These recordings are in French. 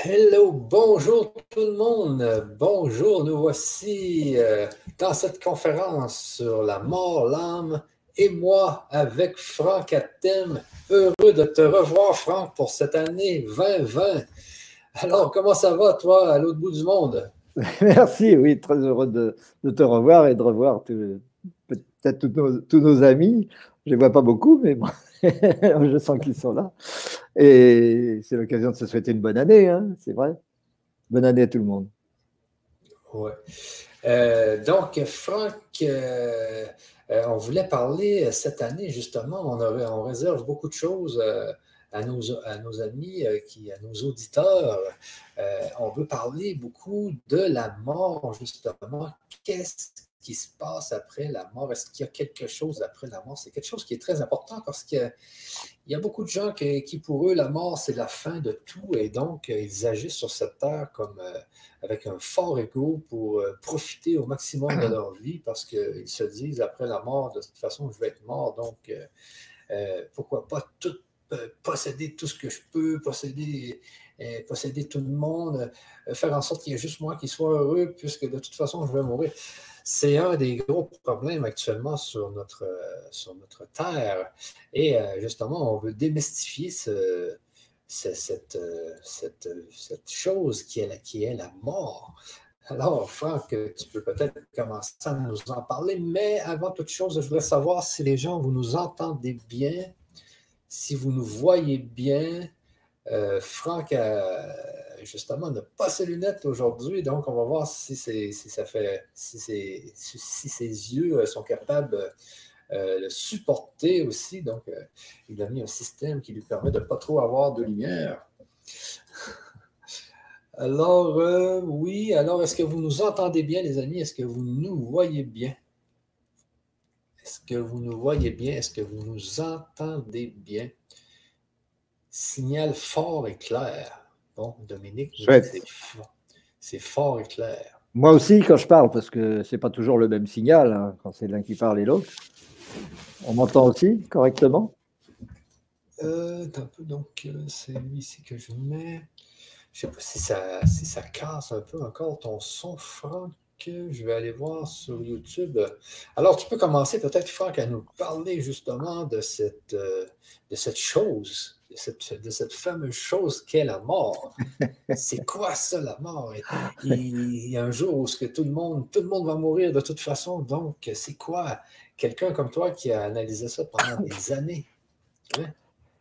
Hello, bonjour tout le monde. Bonjour, nous voici dans cette conférence sur la mort, l'âme et moi avec Franck à thème. Heureux de te revoir, Franck, pour cette année 2020. Alors, comment ça va, toi, à l'autre bout du monde? Merci, oui, très heureux de te revoir et de revoir peut-être tous nos amis. Je ne les vois pas beaucoup, mais bon, je sens qu'ils sont là. Et c'est l'occasion de se souhaiter une bonne année, hein, c'est vrai. Bonne année à tout le monde. Ouais. Donc, Franck, on voulait parler cette année, justement, on réserve beaucoup de choses à nos amis, à nos auditeurs. On veut parler beaucoup de la mort, justement. Qu'est-ce qui se passe après la mort? Est-ce qu'il y a quelque chose après la mort? C'est quelque chose qui est très important parce qu'il y a beaucoup de gens qui, pour eux, la mort, c'est la fin de tout et donc ils agissent sur cette terre comme avec un fort ego pour profiter au maximum de leur vie parce qu'ils se disent après la mort, de toute façon, je vais être mort, donc pourquoi pas posséder tout ce que je peux, posséder tout le monde, faire en sorte qu'il y ait juste moi qui soit heureux puisque de toute façon, je vais mourir. C'est un des gros problèmes actuellement sur notre Terre. Et justement, on veut démystifier cette chose qui est la mort. Alors, Franck, tu peux peut-être commencer à nous en parler, mais avant toute chose, je voudrais savoir si les gens, vous nous entendez bien, si vous nous voyez bien. Franck, justement, n'a pas ses lunettes aujourd'hui, donc on va voir si ça fait, si ses yeux sont capables de le supporter aussi. Donc, il a mis un système qui lui permet de ne pas trop avoir de lumière. Alors, oui, alors est-ce que vous nous entendez bien, les amis? Est-ce que vous nous voyez bien? Est-ce que vous nous voyez bien? Est-ce que vous nous entendez bien? Signal fort et clair. Bon, Dominique nous dit que Chouette. c'est fort et clair. Moi aussi, quand je parle, parce que c'est pas toujours le même signal, hein, quand c'est l'un qui parle et l'autre. On m'entend aussi correctement? Un peu, donc, c'est lui ici que je mets. Je ne sais pas si ça casse un peu encore ton son, Franck. Je vais aller voir sur YouTube. Alors, tu peux commencer peut-être, Franck, à nous parler justement de cette chose, de cette fameuse chose qu'est la mort. C'est quoi ça, la mort? Il y a un jour où ce que tout le monde va mourir de toute façon. Donc, c'est quoi? Quelqu'un comme toi qui a analysé ça pendant des années. Hein?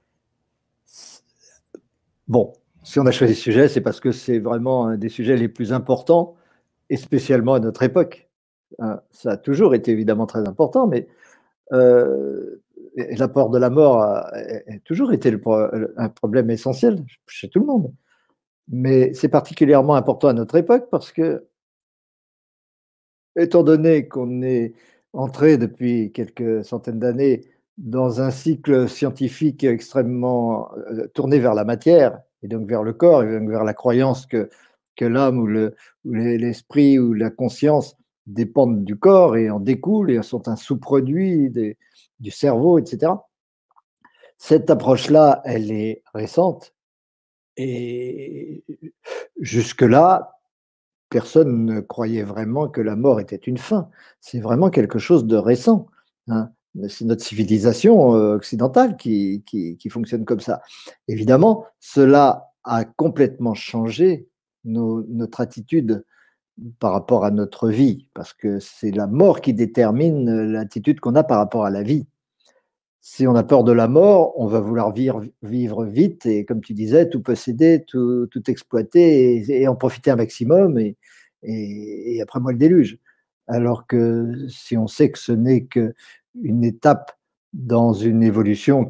Bon, si on a choisi ce sujet, c'est parce que c'est vraiment un des sujets les plus importants, et spécialement à notre époque. Ça a toujours été évidemment très important, mais et la peur de la mort a toujours été un problème essentiel chez tout le monde. Mais c'est particulièrement important à notre époque parce que, étant donné qu'on est entré depuis quelques centaines d'années dans un cycle scientifique extrêmement tourné vers la matière, et donc vers le corps, et donc vers la croyance que l'âme ou l'esprit ou la conscience dépendent du corps et en découlent et sont un sous-produit du cerveau, etc. Cette approche-là, elle est récente et jusque-là, personne ne croyait vraiment que la mort était une fin. C'est vraiment quelque chose de récent, hein. C'est notre civilisation occidentale qui fonctionne comme ça. Évidemment, cela a complètement changé notre attitude par rapport à notre vie, parce que c'est la mort qui détermine l'attitude qu'on a par rapport à la vie. Si on a peur de la mort, on va vouloir vivre vite et, comme tu disais, tout posséder, tout exploiter et en profiter un maximum et après moi le déluge. Alors que si on sait que ce n'est qu'une étape dans une évolution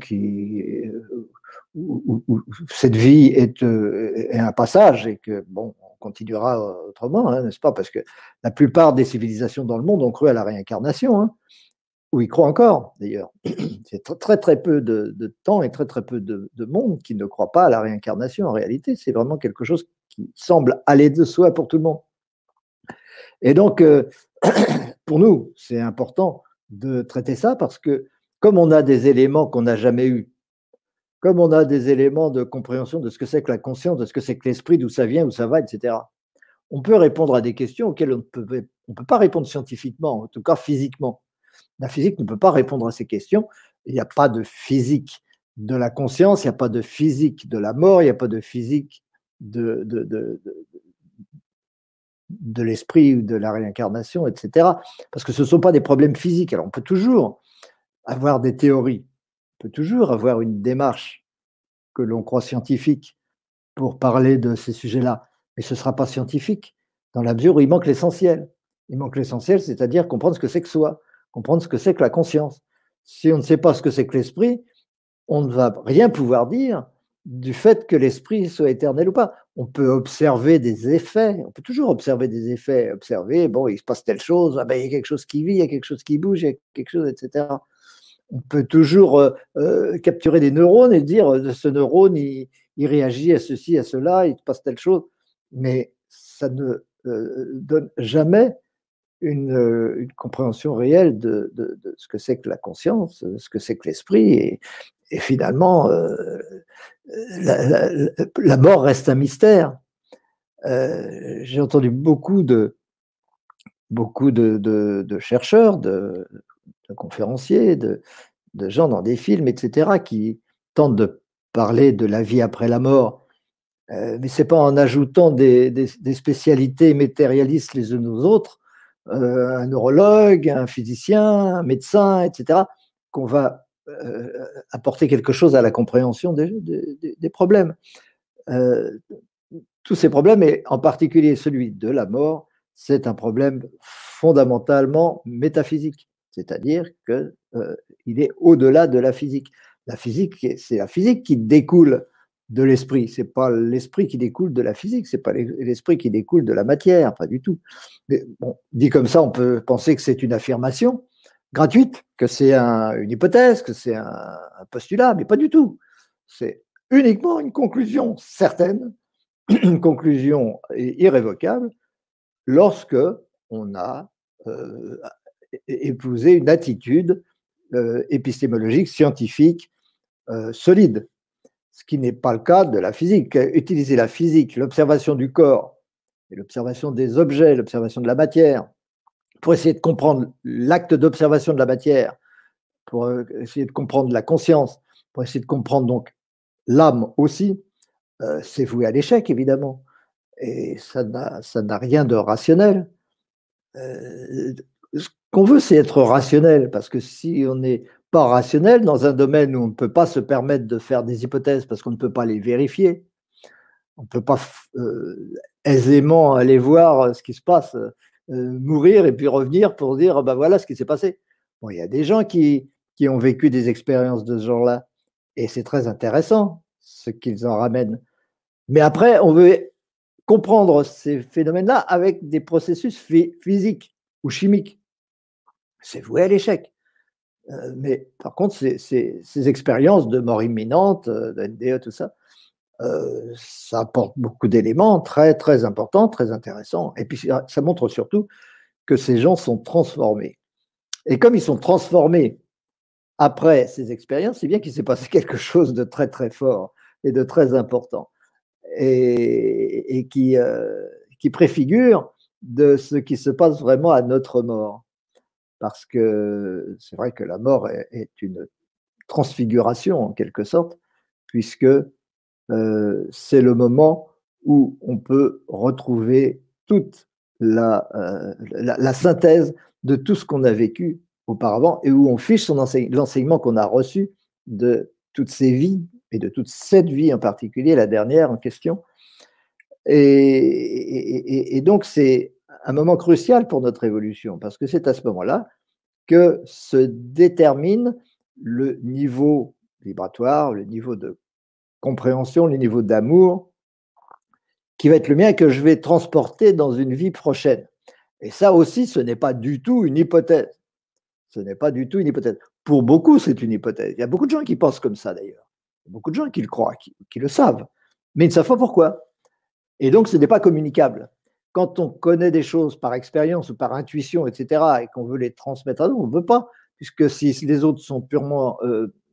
où cette vie est un passage et que, bon, on continuera autrement, hein, n'est-ce pas? Parce que la plupart des civilisations dans le monde ont cru à la réincarnation, hein, ou y croient encore d'ailleurs. C'est très très peu de temps et très très peu de monde qui ne croit pas à la réincarnation. En réalité, c'est vraiment quelque chose qui semble aller de soi pour tout le monde. Et donc, pour nous, c'est important de traiter ça parce que comme on a des éléments qu'on n'a jamais eus, comme on a des éléments de compréhension de ce que c'est que la conscience, de ce que c'est que l'esprit, d'où ça vient, où ça va, etc., on peut répondre à des questions auxquelles on peut pas répondre scientifiquement, en tout cas physiquement. La physique ne peut pas répondre à ces questions. Il n'y a pas de physique de la conscience, il n'y a pas de physique de la mort, il n'y a pas de physique de l'esprit ou de la réincarnation, etc. Parce que ce ne sont pas des problèmes physiques. Alors on peut toujours avoir des théories, on peut toujours avoir une démarche que l'on croit scientifique pour parler de ces sujets-là, mais ce ne sera pas scientifique dans la mesure où il manque l'essentiel. Il manque l'essentiel, c'est-à-dire comprendre ce que c'est que soi, comprendre ce que c'est que la conscience. Si on ne sait pas ce que c'est que l'esprit, on ne va rien pouvoir dire du fait que l'esprit soit éternel ou pas. On peut observer des effets, on peut toujours observer des effets, observer, bon, il se passe telle chose, ah ben, il y a quelque chose qui vit, il y a quelque chose qui bouge, il y a quelque chose, etc. On peut toujours capturer des neurones et dire ce neurone, il réagit à ceci, à cela, il se passe telle chose, mais ça ne donne jamais une compréhension réelle de ce que c'est que la conscience, ce que c'est que l'esprit, et finalement, la mort reste un mystère. J'ai entendu beaucoup de chercheurs, de conférenciers, de gens dans des films, etc., qui tentent de parler de la vie après la mort, mais ce n'est pas en ajoutant des spécialités matérialistes les unes aux autres, un neurologue, un physicien, un médecin, etc., qu'on va apporter quelque chose à la compréhension des problèmes. Tous ces problèmes, et en particulier celui de la mort, c'est un problème fondamentalement métaphysique, c'est-à-dire qu'il est au-delà de la physique. La physique, c'est la physique qui découle de l'esprit, c'est pas l'esprit qui découle de la physique, c'est pas l'esprit qui découle de la matière, pas du tout. Mais bon, dit comme ça, on peut penser que c'est une affirmation gratuite, que c'est une hypothèse, que c'est un postulat, mais pas du tout. C'est uniquement une conclusion certaine, une conclusion irrévocable lorsque on a épousé une attitude épistémologique, scientifique, solide, ce qui n'est pas le cas de la physique. Utiliser la physique, l'observation du corps, et l'observation des objets, l'observation de la matière, pour essayer de comprendre l'acte d'observation de la matière, pour essayer de comprendre la conscience, pour essayer de comprendre donc l'âme aussi, c'est voué à l'échec, évidemment. Et ça n'a rien de rationnel. Ce qu'on veut, c'est être rationnel, parce que si on n'est pas rationnel dans un domaine où on ne peut pas se permettre de faire des hypothèses parce qu'on ne peut pas les vérifier, on ne peut pas aisément aller voir ce qui se passe, mourir et puis revenir pour dire ben voilà ce qui s'est passé. Bon, il y a des gens qui ont vécu des expériences de ce genre-là, et c'est très intéressant ce qu'ils en ramènent. Mais après, on veut comprendre ces phénomènes-là avec des processus physiques ou chimiques. C'est voué à l'échec. Mais par contre, ces expériences de mort imminente, de NDE, tout ça, ça apporte beaucoup d'éléments très, très importants, très intéressants. Et puis, ça montre surtout que ces gens sont transformés. Et comme ils sont transformés après ces expériences, c'est bien qu'il s'est passé quelque chose de très, très fort et de très important. Et qui préfigure de ce qui se passe vraiment à notre mort. Parce que c'est vrai que la mort est une transfiguration en quelque sorte, puisque c'est le moment où on peut retrouver toute la synthèse de tout ce qu'on a vécu auparavant, et où on fiche l'enseignement qu'on a reçu de toutes ces vies, et de toute cette vie en particulier, la dernière en question. Et donc, c'est un moment crucial pour notre évolution, parce que c'est à ce moment-là que se détermine le niveau vibratoire, le niveau de compréhension, le niveau d'amour qui va être le mien et que je vais transporter dans une vie prochaine. Et ça aussi, ce n'est pas du tout une hypothèse. Ce n'est pas du tout une hypothèse. Pour beaucoup, c'est une hypothèse. Il y a beaucoup de gens qui pensent comme ça, d'ailleurs. Il y a beaucoup de gens qui le croient, qui le savent, mais ils ne savent pas pourquoi. Et donc, ce n'est pas communicable. Quand on connaît des choses par expérience ou par intuition, etc., et qu'on veut les transmettre à nous, on ne veut pas, puisque si les autres sont purement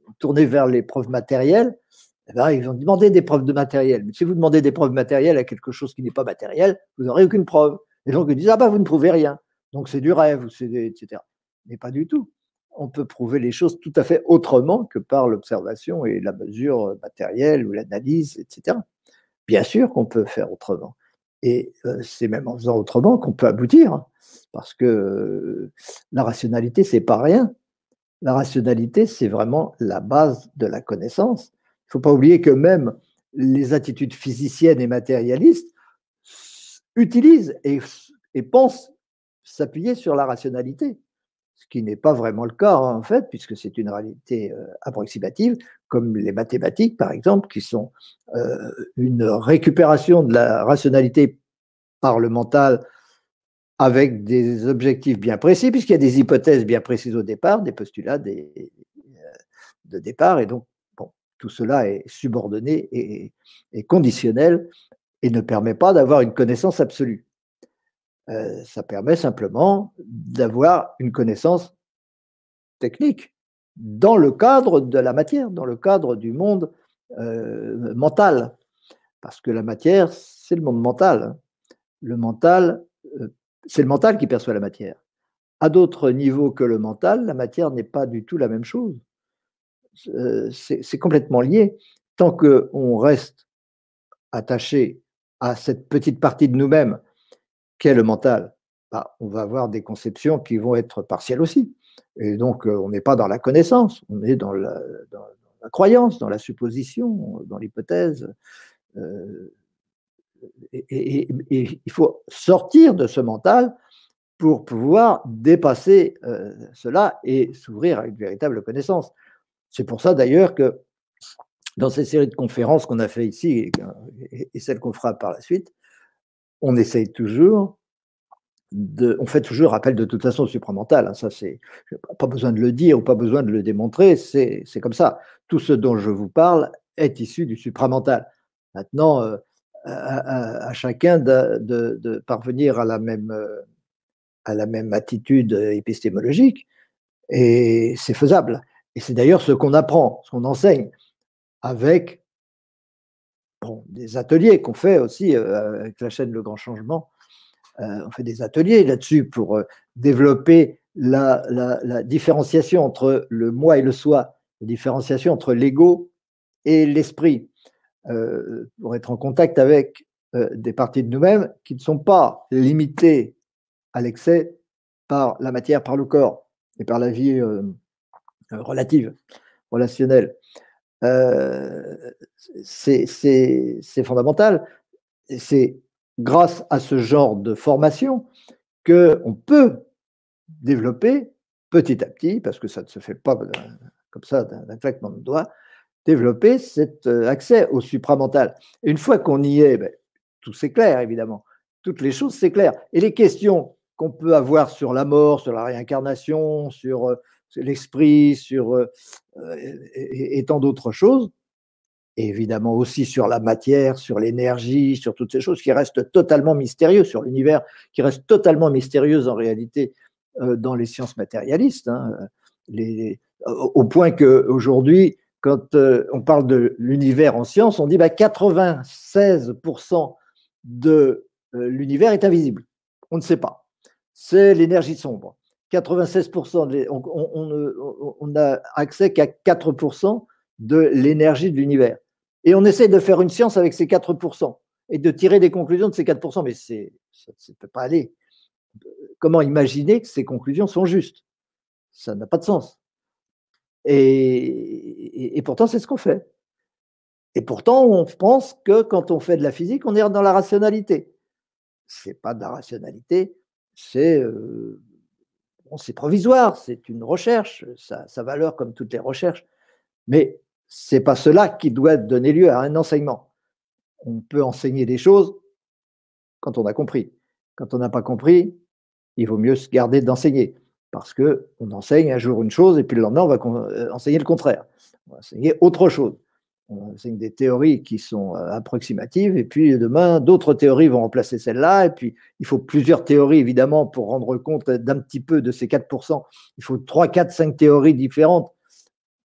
tourner vers les preuves matérielles, eh ben, ils vont demander des preuves de matériel. Mais si vous demandez des preuves matérielles à quelque chose qui n'est pas matériel, vous n'aurez aucune preuve. Et donc, ils disent, ah ben, vous ne prouvez rien. Donc, c'est du rêve, etc. Mais pas du tout. On peut prouver les choses tout à fait autrement que par l'observation et la mesure matérielle ou l'analyse, etc. Bien sûr qu'on peut faire autrement. Et c'est même en faisant autrement qu'on peut aboutir. Parce que la rationalité, c'est pas rien. La rationalité, c'est vraiment la base de la connaissance. Il ne faut pas oublier que même les attitudes physiciennes et matérialistes utilisent et pensent s'appuyer sur la rationalité, ce qui n'est pas vraiment le cas en fait, puisque c'est une réalité approximative, comme les mathématiques par exemple, qui sont une récupération de la rationalité par le mental avec des objectifs bien précis, puisqu'il y a des hypothèses bien précises au départ, des postulats de départ, et donc bon, tout cela est subordonné et conditionnel et ne permet pas d'avoir une connaissance absolue. Ça permet simplement d'avoir une connaissance technique dans le cadre de la matière, dans le cadre du monde mental, parce que la matière, c'est le monde mental. Le mental, c'est le mental qui perçoit la matière. À d'autres niveaux que le mental, la matière n'est pas du tout la même chose. C'est complètement lié. Tant qu'on reste attaché à cette petite partie de nous-mêmes qu'est le mental, bah, on va avoir des conceptions qui vont être partielles aussi. Et donc, on n'est pas dans la connaissance, on est dans la croyance, dans la supposition, dans l'hypothèse. Et il faut sortir de ce mental pour pouvoir dépasser cela et s'ouvrir à une véritable connaissance. C'est pour ça d'ailleurs que dans ces séries de conférences qu'on a fait ici et celles qu'on fera par la suite, on essaye toujours on fait toujours appel de toute façon au supramental. Hein, ça, c'est pas besoin de le dire ou pas besoin de le démontrer, c'est comme ça. Tout ce dont je vous parle est issu du supramental. Maintenant, à chacun de parvenir à la même attitude épistémologique, et c'est faisable. Et c'est d'ailleurs ce qu'on apprend, ce qu'on enseigne avec des ateliers qu'on fait aussi avec la chaîne Le Grand Changement. On fait des ateliers là-dessus pour développer la différenciation entre le moi et le soi, la différenciation entre l'ego et l'esprit, pour être en contact avec des parties de nous-mêmes qui ne sont pas limitées à l'excès par la matière, par le corps et par la vie relative, relationnelle. C'est fondamental. C'est grâce à ce genre de formation qu'on peut développer petit à petit, parce que ça ne se fait pas comme ça d'un claquement de doigts, développer cet accès au supramental. Et une fois qu'on y est, ben, tout c'est clair, évidemment. Toutes les choses, c'est clair. Et les questions qu'on peut avoir sur la mort, sur la réincarnation, sur l'esprit, et tant d'autres choses, et évidemment aussi sur la matière, sur l'énergie, sur toutes ces choses qui restent totalement mystérieuses, sur l'univers qui reste totalement mystérieuse en réalité dans les sciences matérialistes, hein, au point qu'aujourd'hui, quand on parle de l'univers en science, on dit bah, 96% de l'univers est invisible. On ne sait pas. C'est l'énergie sombre. 96%, on n'a accès qu'à 4% de l'énergie de l'univers. Et on essaie de faire une science avec ces 4% et de tirer des conclusions de ces 4%, mais ça ne peut pas aller. Comment imaginer que ces conclusions sont justes? Ça n'a pas de sens. Et pourtant, c'est ce qu'on fait. Et pourtant, on pense que quand on fait de la physique, on est dans la rationalité. Ce n'est pas de la rationalité, c'est provisoire, c'est une recherche, sa valeur comme toutes les recherches. Mais ce n'est pas cela qui doit donner lieu à un enseignement. On peut enseigner des choses quand on a compris. Quand on n'a pas compris, il vaut mieux se garder d'enseigner. Parce qu'on enseigne un jour une chose et puis le lendemain, on va enseigner le contraire. On va enseigner autre chose. On enseigne des théories qui sont approximatives et puis demain, d'autres théories vont remplacer celles-là. Et puis, il faut plusieurs théories, évidemment, pour rendre compte d'un petit peu de ces 4%. Il faut 3, 4, 5 théories différentes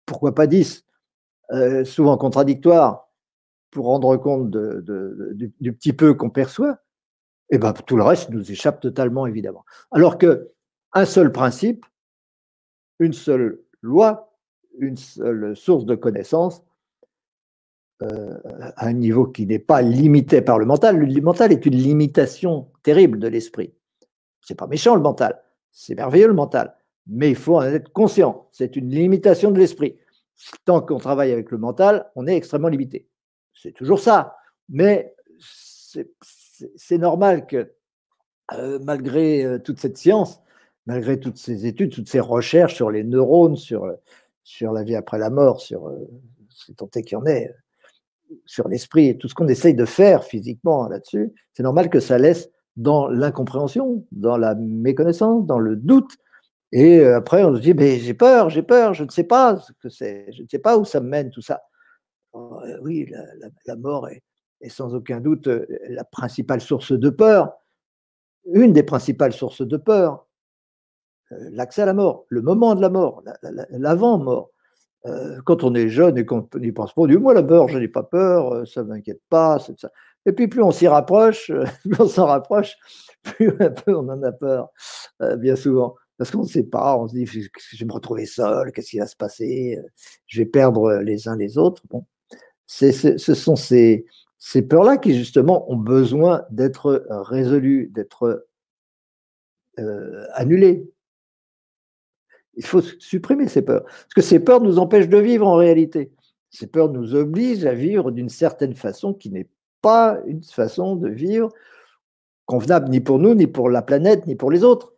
pourquoi pas 10, souvent contradictoires, pour rendre compte du petit peu qu'on perçoit, et ben tout le reste nous échappe totalement, évidemment. Alors qu'un seul principe, une seule loi, une seule source de connaissance, à un niveau qui n'est pas limité par le mental. Le mental est une limitation terrible de l'esprit. C'est pas méchant le mental, c'est merveilleux le mental, mais il faut en être conscient. C'est une limitation de l'esprit. Tant qu'on travaille avec le mental, on est extrêmement limité. C'est toujours ça, mais c'est normal que malgré toute cette science, malgré toutes ces études, toutes ces recherches sur les neurones, sur la vie après la mort, c'est tant est qu'il y en ait, sur l'esprit et tout ce qu'on essaye de faire physiquement là-dessus, c'est normal que ça laisse dans l'incompréhension, dans la méconnaissance, dans le doute. Et après, on se dit, mais j'ai peur, je ne sais pas ce que c'est, je ne sais pas où ça me mène tout ça. Oui, la mort est sans aucun doute la principale source de peur, une des principales sources de peur, l'accès à la mort, le moment de la mort, l'avant-mort. Quand on est jeune et qu'on n'y pense pas, on dit moi la peur, je n'ai pas peur, ça ne m'inquiète pas, c'est ça. Et puis plus on s'y rapproche, plus on s'en rapproche, plus un peu on en a peur, bien souvent. Parce qu'on ne sait pas, on se dit je vais me retrouver seul, qu'est-ce qui va se passer, je vais perdre les uns les autres. Bon. Ce sont ces peurs-là qui justement ont besoin d'être résolues, d'être annulées. Il faut supprimer ces peurs. Parce que ces peurs nous empêchent de vivre en réalité. Ces peurs nous obligent à vivre d'une certaine façon qui n'est pas une façon de vivre convenable ni pour nous, ni pour la planète, ni pour les autres.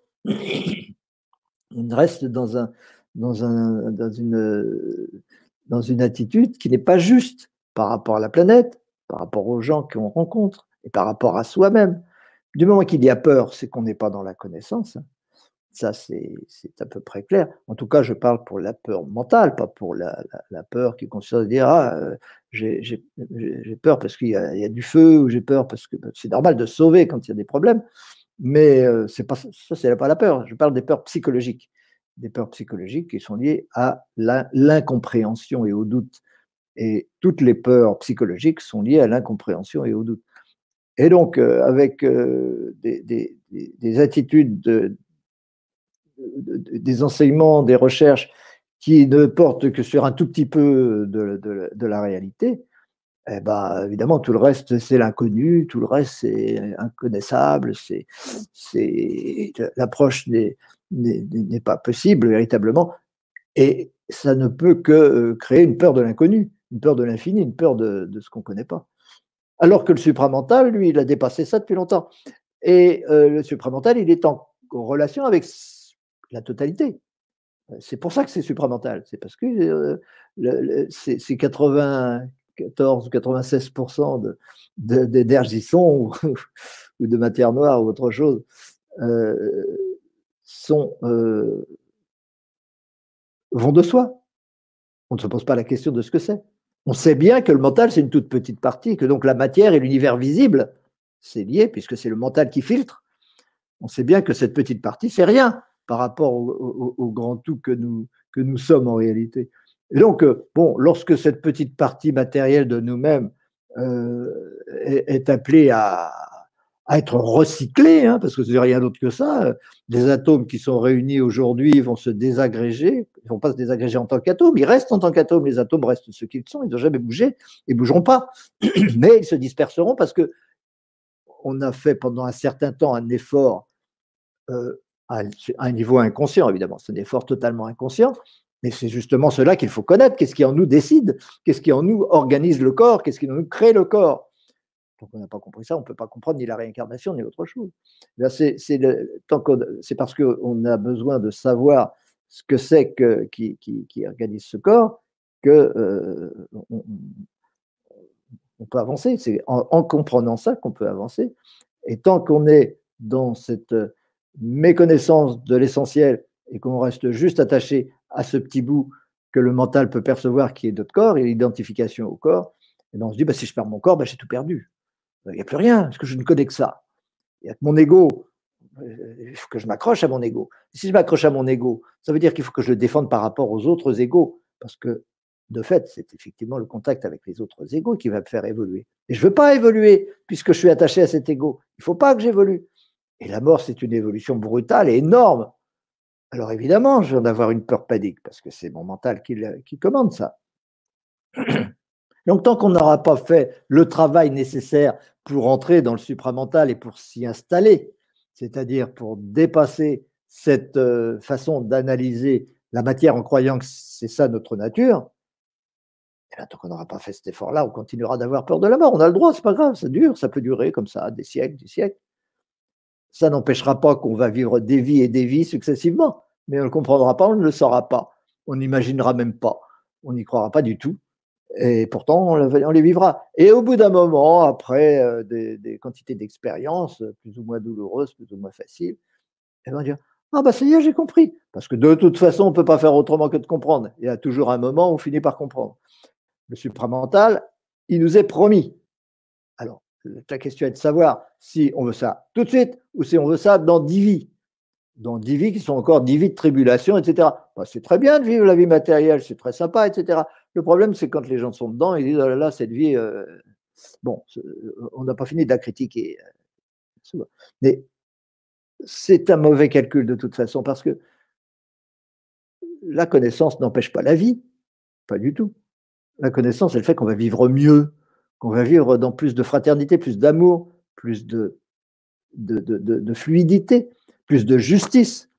On reste dans une attitude qui n'est pas juste par rapport à la planète, par rapport aux gens qu'on rencontre et par rapport à soi-même. Du moment qu'il y a peur, c'est qu'on n'est pas dans la connaissance. Ça, c'est à peu près clair. En tout cas, je parle pour la peur mentale, pas pour la peur qui consiste à dire ah, j'ai peur parce qu'il y a du feu, ou j'ai peur parce que c'est normal de sauver quand il y a des problèmes, mais c'est pas ça, c'est pas la peur. Je parle des peurs psychologiques qui sont liées à l'incompréhension et au doute. Et toutes les peurs psychologiques sont liées à l'incompréhension et au doute. Et donc, avec des attitudes des enseignements, des recherches qui ne portent que sur un tout petit peu de la réalité, eh ben, évidemment, tout le reste, c'est l'inconnu, tout le reste, c'est inconnaissable, l'approche n'est pas possible véritablement, et ça ne peut que créer une peur de l'inconnu, une peur de l'infini, une peur de ce qu'on ne connaît pas. Alors que le supramental, lui, il a dépassé ça depuis longtemps. Et le supramental, il est en relation avec la totalité. C'est pour ça que c'est supramental. C'est parce que c'est 94 ou 96% d'énergisson ou de matière noire ou autre chose vont de soi. On ne se pose pas la question de ce que c'est. On sait bien que le mental, c'est une toute petite partie, que donc la matière et l'univers visible, c'est lié, puisque c'est le mental qui filtre. On sait bien que cette petite partie, c'est rien par rapport au grand tout que nous sommes en réalité. Et donc, bon, lorsque cette petite partie matérielle de nous-mêmes est appelée à être recyclée, hein, parce que c'est rien d'autre que ça, des atomes qui sont réunis aujourd'hui vont se désagréger, ils ne vont pas se désagréger en tant qu'atomes, ils restent en tant qu'atomes, les atomes restent ce qu'ils sont, ils n'ont jamais bougé, ils ne bougeront pas, mais ils se disperseront parce que on a fait pendant un certain temps un effort à un niveau inconscient, évidemment, c'est un effort totalement inconscient, mais c'est justement cela qu'il faut connaître, qu'est-ce qui en nous décide, qu'est-ce qui en nous organise le corps, qu'est-ce qui en nous crée le corps. Donc on n'a pas compris ça, on ne peut pas comprendre ni la réincarnation ni autre chose. C'est parce qu'on a besoin de savoir ce que c'est qui organise ce corps que on peut avancer. C'est en comprenant ça qu'on peut avancer. Et tant qu'on est dans cette méconnaissance de l'essentiel et qu'on reste juste attaché à ce petit bout que le mental peut percevoir qui est notre corps et l'identification au corps, et ben on se dit si je perds mon corps, j'ai tout perdu. Il n'y a plus rien, parce que je ne connais que ça. Il y a que mon ego. Il faut que je m'accroche à mon ego. Si je m'accroche à mon ego, ça veut dire qu'il faut que je le défende par rapport aux autres égos. parce que, de fait, c'est effectivement le contact avec les autres égos qui va me faire évoluer. Et je ne veux pas évoluer, puisque je suis attaché à cet ego. Il ne faut pas que j'évolue. Et la mort, c'est une évolution brutale et énorme. Alors évidemment, je viens d'avoir une peur panique, parce que c'est mon mental qui commande ça. Donc, tant qu'on n'aura pas fait le travail nécessaire pour entrer dans le supramental et pour s'y installer, c'est-à-dire pour dépasser cette façon d'analyser la matière en croyant que c'est ça notre nature, et bien, tant qu'on n'aura pas fait cet effort-là, on continuera d'avoir peur de la mort. On a le droit, c'est pas grave, ça dure, ça peut durer comme ça des siècles, des siècles. Ça n'empêchera pas qu'on va vivre des vies et des vies successivement, mais on ne le comprendra pas, on ne le saura pas, on n'imaginera même pas, on n'y croira pas du tout. Et pourtant, on les vivra. Et au bout d'un moment, après des quantités d'expériences, plus ou moins douloureuses, plus ou moins faciles, on va dire, ah bah ça y est, j'ai compris. Parce que de toute façon, on ne peut pas faire autrement que de comprendre. Il y a toujours un moment où on finit par comprendre. Le supramental, il nous est promis. Alors, la question est de savoir si on veut ça tout de suite ou si on veut ça dans 10 vies. Dans 10 vies qui sont encore 10 vies de tribulation, etc. Bah, c'est très bien de vivre la vie matérielle, c'est très sympa, etc. Le problème, c'est quand les gens sont dedans, ils disent, oh là là, cette vie, bon, on n'a pas fini de la critiquer. Mais c'est un mauvais calcul de toute façon, parce que la connaissance n'empêche pas la vie, pas du tout. La connaissance, c'est le fait qu'on va vivre mieux, qu'on va vivre dans plus de fraternité, plus d'amour, plus de fluidité, plus de justice.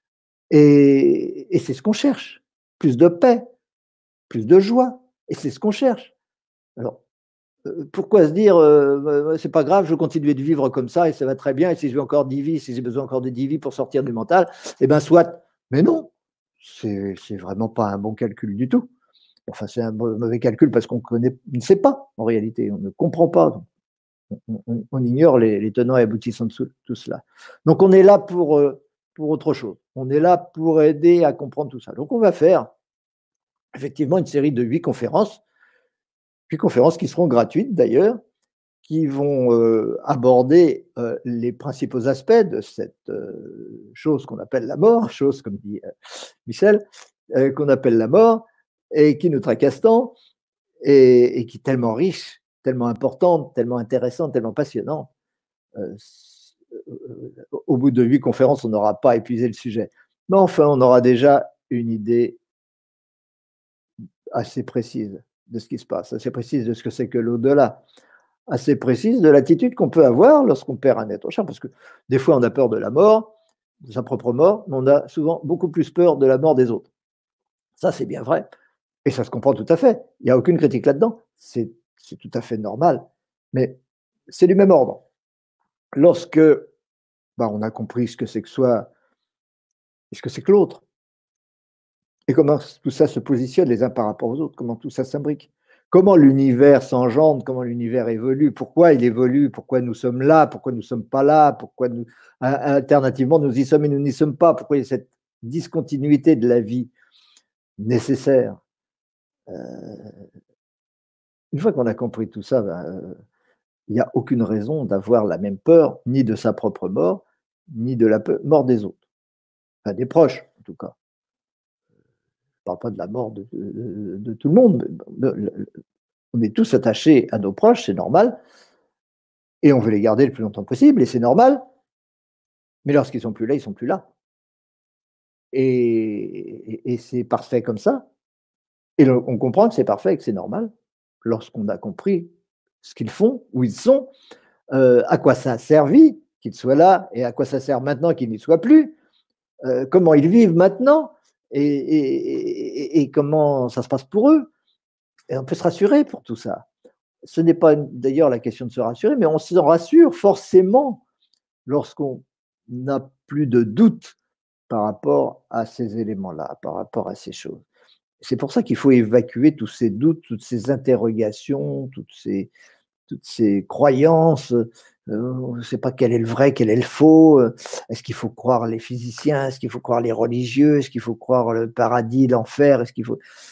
Et c'est ce qu'on cherche. Plus de paix, plus de joie. Et c'est ce qu'on cherche. Alors, pourquoi se dire, c'est pas grave, je continue de vivre comme ça et ça va très bien. Et si je veux encore 10 vies, si j'ai besoin encore de 10 vies pour sortir du mental, eh bien, soit. Mais non, c'est vraiment pas un bon calcul du tout. Enfin, c'est un mauvais calcul parce qu'on ne sait pas en réalité, on ne comprend pas. On ignore les tenants et aboutissants de tout cela. Donc, on est là pour autre chose. On est là pour aider à comprendre tout ça. Donc, on va faire effectivement une série de 8 conférences qui seront gratuites d'ailleurs, qui vont aborder les principaux aspects de cette chose qu'on appelle la mort, chose comme dit Michel, qu'on appelle la mort, et qui nous tracasse tant, et qui est tellement riche, tellement importante, tellement intéressante, tellement passionnante. Au bout de 8 conférences, on n'aura pas épuisé le sujet. Mais enfin, on aura déjà une idée assez précise de ce qui se passe, assez précise de ce que c'est que l'au-delà, assez précise de l'attitude qu'on peut avoir lorsqu'on perd un être cher, parce que des fois, on a peur de la mort, de sa propre mort, mais on a souvent beaucoup plus peur de la mort des autres. Ça, c'est bien vrai. Et ça se comprend tout à fait. Il n'y a aucune critique là-dedans. C'est tout à fait normal. Mais c'est du même ordre. Lorsque on a compris ce que c'est que soi et ce que c'est que l'autre, et comment tout ça se positionne les uns par rapport aux autres, comment tout ça s'imbrique, comment l'univers s'engendre, comment l'univers évolue, pourquoi il évolue, pourquoi nous sommes là, pourquoi nous ne sommes pas là, pourquoi nous, alternativement, nous y sommes et nous n'y sommes pas, pourquoi il y a cette discontinuité de la vie nécessaire. Une fois qu'on a compris tout ça, il n'y a aucune raison d'avoir la même peur, ni de sa propre mort, ni de la mort des autres. Enfin, des proches, en tout cas. Je ne parle pas de la mort de tout le monde. On est tous attachés à nos proches, c'est normal. Et on veut les garder le plus longtemps possible, et c'est normal. Mais lorsqu'ils ne sont plus là, ils ne sont plus là. Et c'est parfait comme ça. Et on comprend que c'est parfait et que c'est normal lorsqu'on a compris ce qu'ils font, où ils sont, à quoi ça a servi qu'ils soient là et à quoi ça sert maintenant qu'ils n'y soient plus, comment ils vivent maintenant et comment ça se passe pour eux. Et on peut se rassurer pour tout ça. Ce n'est pas d'ailleurs la question de se rassurer, mais on se rassure forcément lorsqu'on n'a plus de doute par rapport à ces éléments-là, par rapport à ces choses. C'est pour ça qu'il faut évacuer tous ces doutes, toutes ces interrogations, toutes ces croyances. On ne sait pas quel est le vrai, quel est le faux. Est-ce qu'il faut croire les physiciens? Est-ce qu'il faut croire les religieux? Est-ce qu'il faut croire le paradis, l'enfer? Est-ce qu'il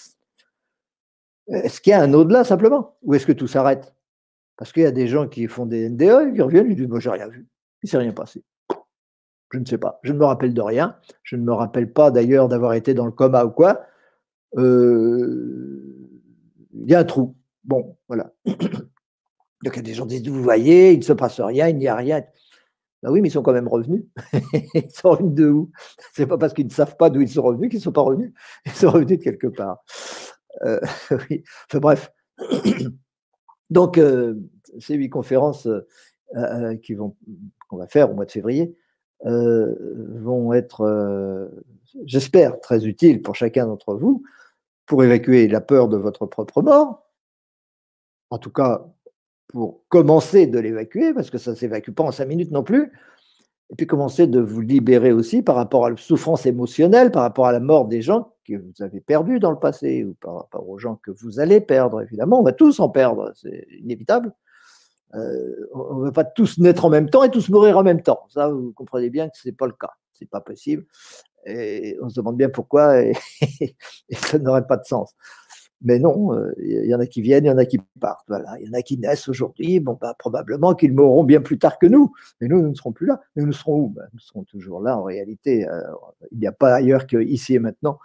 y a un au-delà simplement? Ou est-ce que tout s'arrête? Parce qu'il y a des gens qui font des NDE, qui reviennent, ils disent moi, j'ai rien vu, il ne s'est rien passé. Je ne sais pas, je ne me rappelle de rien. Je ne me rappelle pas d'ailleurs d'avoir été dans le coma ou quoi. il y a un trou. Bon, voilà. Donc, il y a des gens qui disent, vous voyez, il ne se passe rien, il n'y a rien. Ben oui, mais ils sont quand même revenus. Ils sont revenus de où? C'est pas parce qu'ils ne savent pas d'où ils sont revenus qu'ils ne sont pas revenus. Ils sont revenus de quelque part. Oui. Enfin, bref. Donc, ces 8 conférences qu'on va faire au mois de février vont être, j'espère, très utiles pour chacun d'entre vous pour évacuer la peur de votre propre mort. En tout cas, pour commencer de l'évacuer, parce que ça ne s'évacue pas en 5 minutes non plus. Et puis commencer de vous libérer aussi par rapport à la souffrance émotionnelle, par rapport à la mort des gens que vous avez perdus dans le passé, ou par rapport aux gens que vous allez perdre, évidemment. On va tous en perdre, c'est inévitable. On ne va pas tous naître en même temps et tous mourir en même temps. Ça, vous comprenez bien que ce n'est pas le cas. Ce n'est pas possible. Et on se demande bien pourquoi, et, et ça n'aurait pas de sens. Mais non, il y en a qui viennent, il y en a qui partent. Voilà. Il y en a qui naissent aujourd'hui, bon, bah, probablement qu'ils mourront bien plus tard que nous. Mais nous ne serons plus là. Mais nous serons où? Ben, nous serons toujours là, en réalité. Il n'y a pas ailleurs qu'ici et maintenant.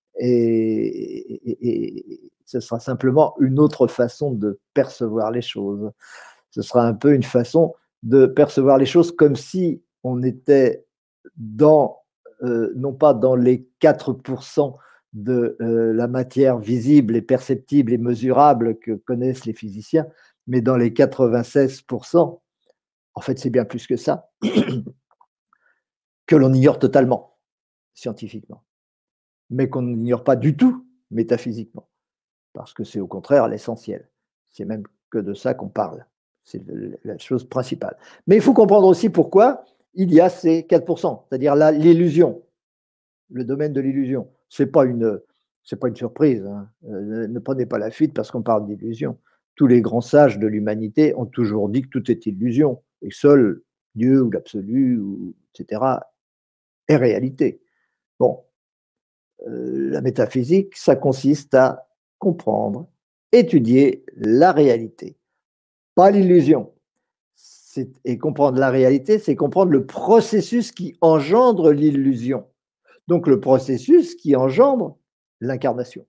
Et ce sera simplement une autre façon de percevoir les choses. Ce sera un peu une façon de percevoir les choses comme si on était dans, non pas dans les 4% de la matière visible et perceptible et mesurable que connaissent les physiciens, mais dans les 96%, en fait c'est bien plus que ça, que l'on ignore totalement scientifiquement, mais qu'on n'ignore pas du tout métaphysiquement, parce que c'est au contraire l'essentiel. C'est même que de ça qu'on parle. C'est la chose principale. Mais il faut comprendre aussi pourquoi il y a ces 4%, c'est-à-dire l'illusion, le domaine de l'illusion. C'est pas une surprise. Hein. Ne prenez pas la fuite parce qu'on parle d'illusion. Tous les grands sages de l'humanité ont toujours dit que tout est illusion et seul Dieu ou l'absolu, etc., est réalité. Bon, la métaphysique, ça consiste à comprendre, étudier la réalité, pas l'illusion. Et comprendre la réalité, c'est comprendre le processus qui engendre l'illusion. Donc le processus qui engendre l'incarnation.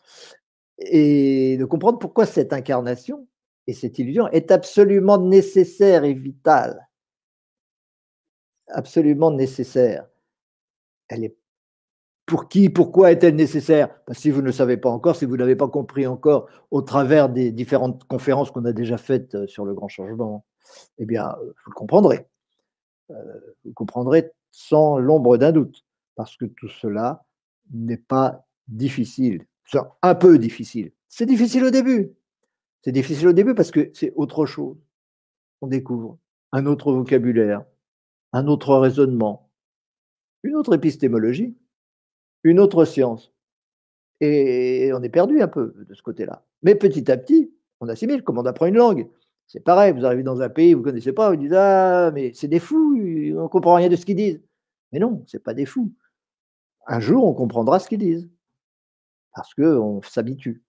Et de comprendre pourquoi cette incarnation et cette illusion est absolument nécessaire et vitale. Absolument nécessaire. Elle est pour qui, pourquoi est-elle nécessaire? Si vous ne le savez pas encore, si vous n'avez pas compris encore au travers des différentes conférences qu'on a déjà faites sur le grand changement, eh bien, vous le comprendrez. Vous comprendrez sans l'ombre d'un doute, parce que tout cela n'est pas difficile. C'est un peu difficile. C'est difficile au début. C'est difficile au début parce que c'est autre chose. On découvre un autre vocabulaire, un autre raisonnement, une autre épistémologie, une autre science. Et on est perdu un peu de ce côté-là. Mais petit à petit, on assimile, comme on apprend une langue. C'est pareil, vous arrivez dans un pays, vous ne connaissez pas, vous dites ah, mais c'est des fous, on ne comprend rien de ce qu'ils disent. Mais non, ce n'est pas des fous. Un jour, on comprendra ce qu'ils disent, parce qu'on s'habitue.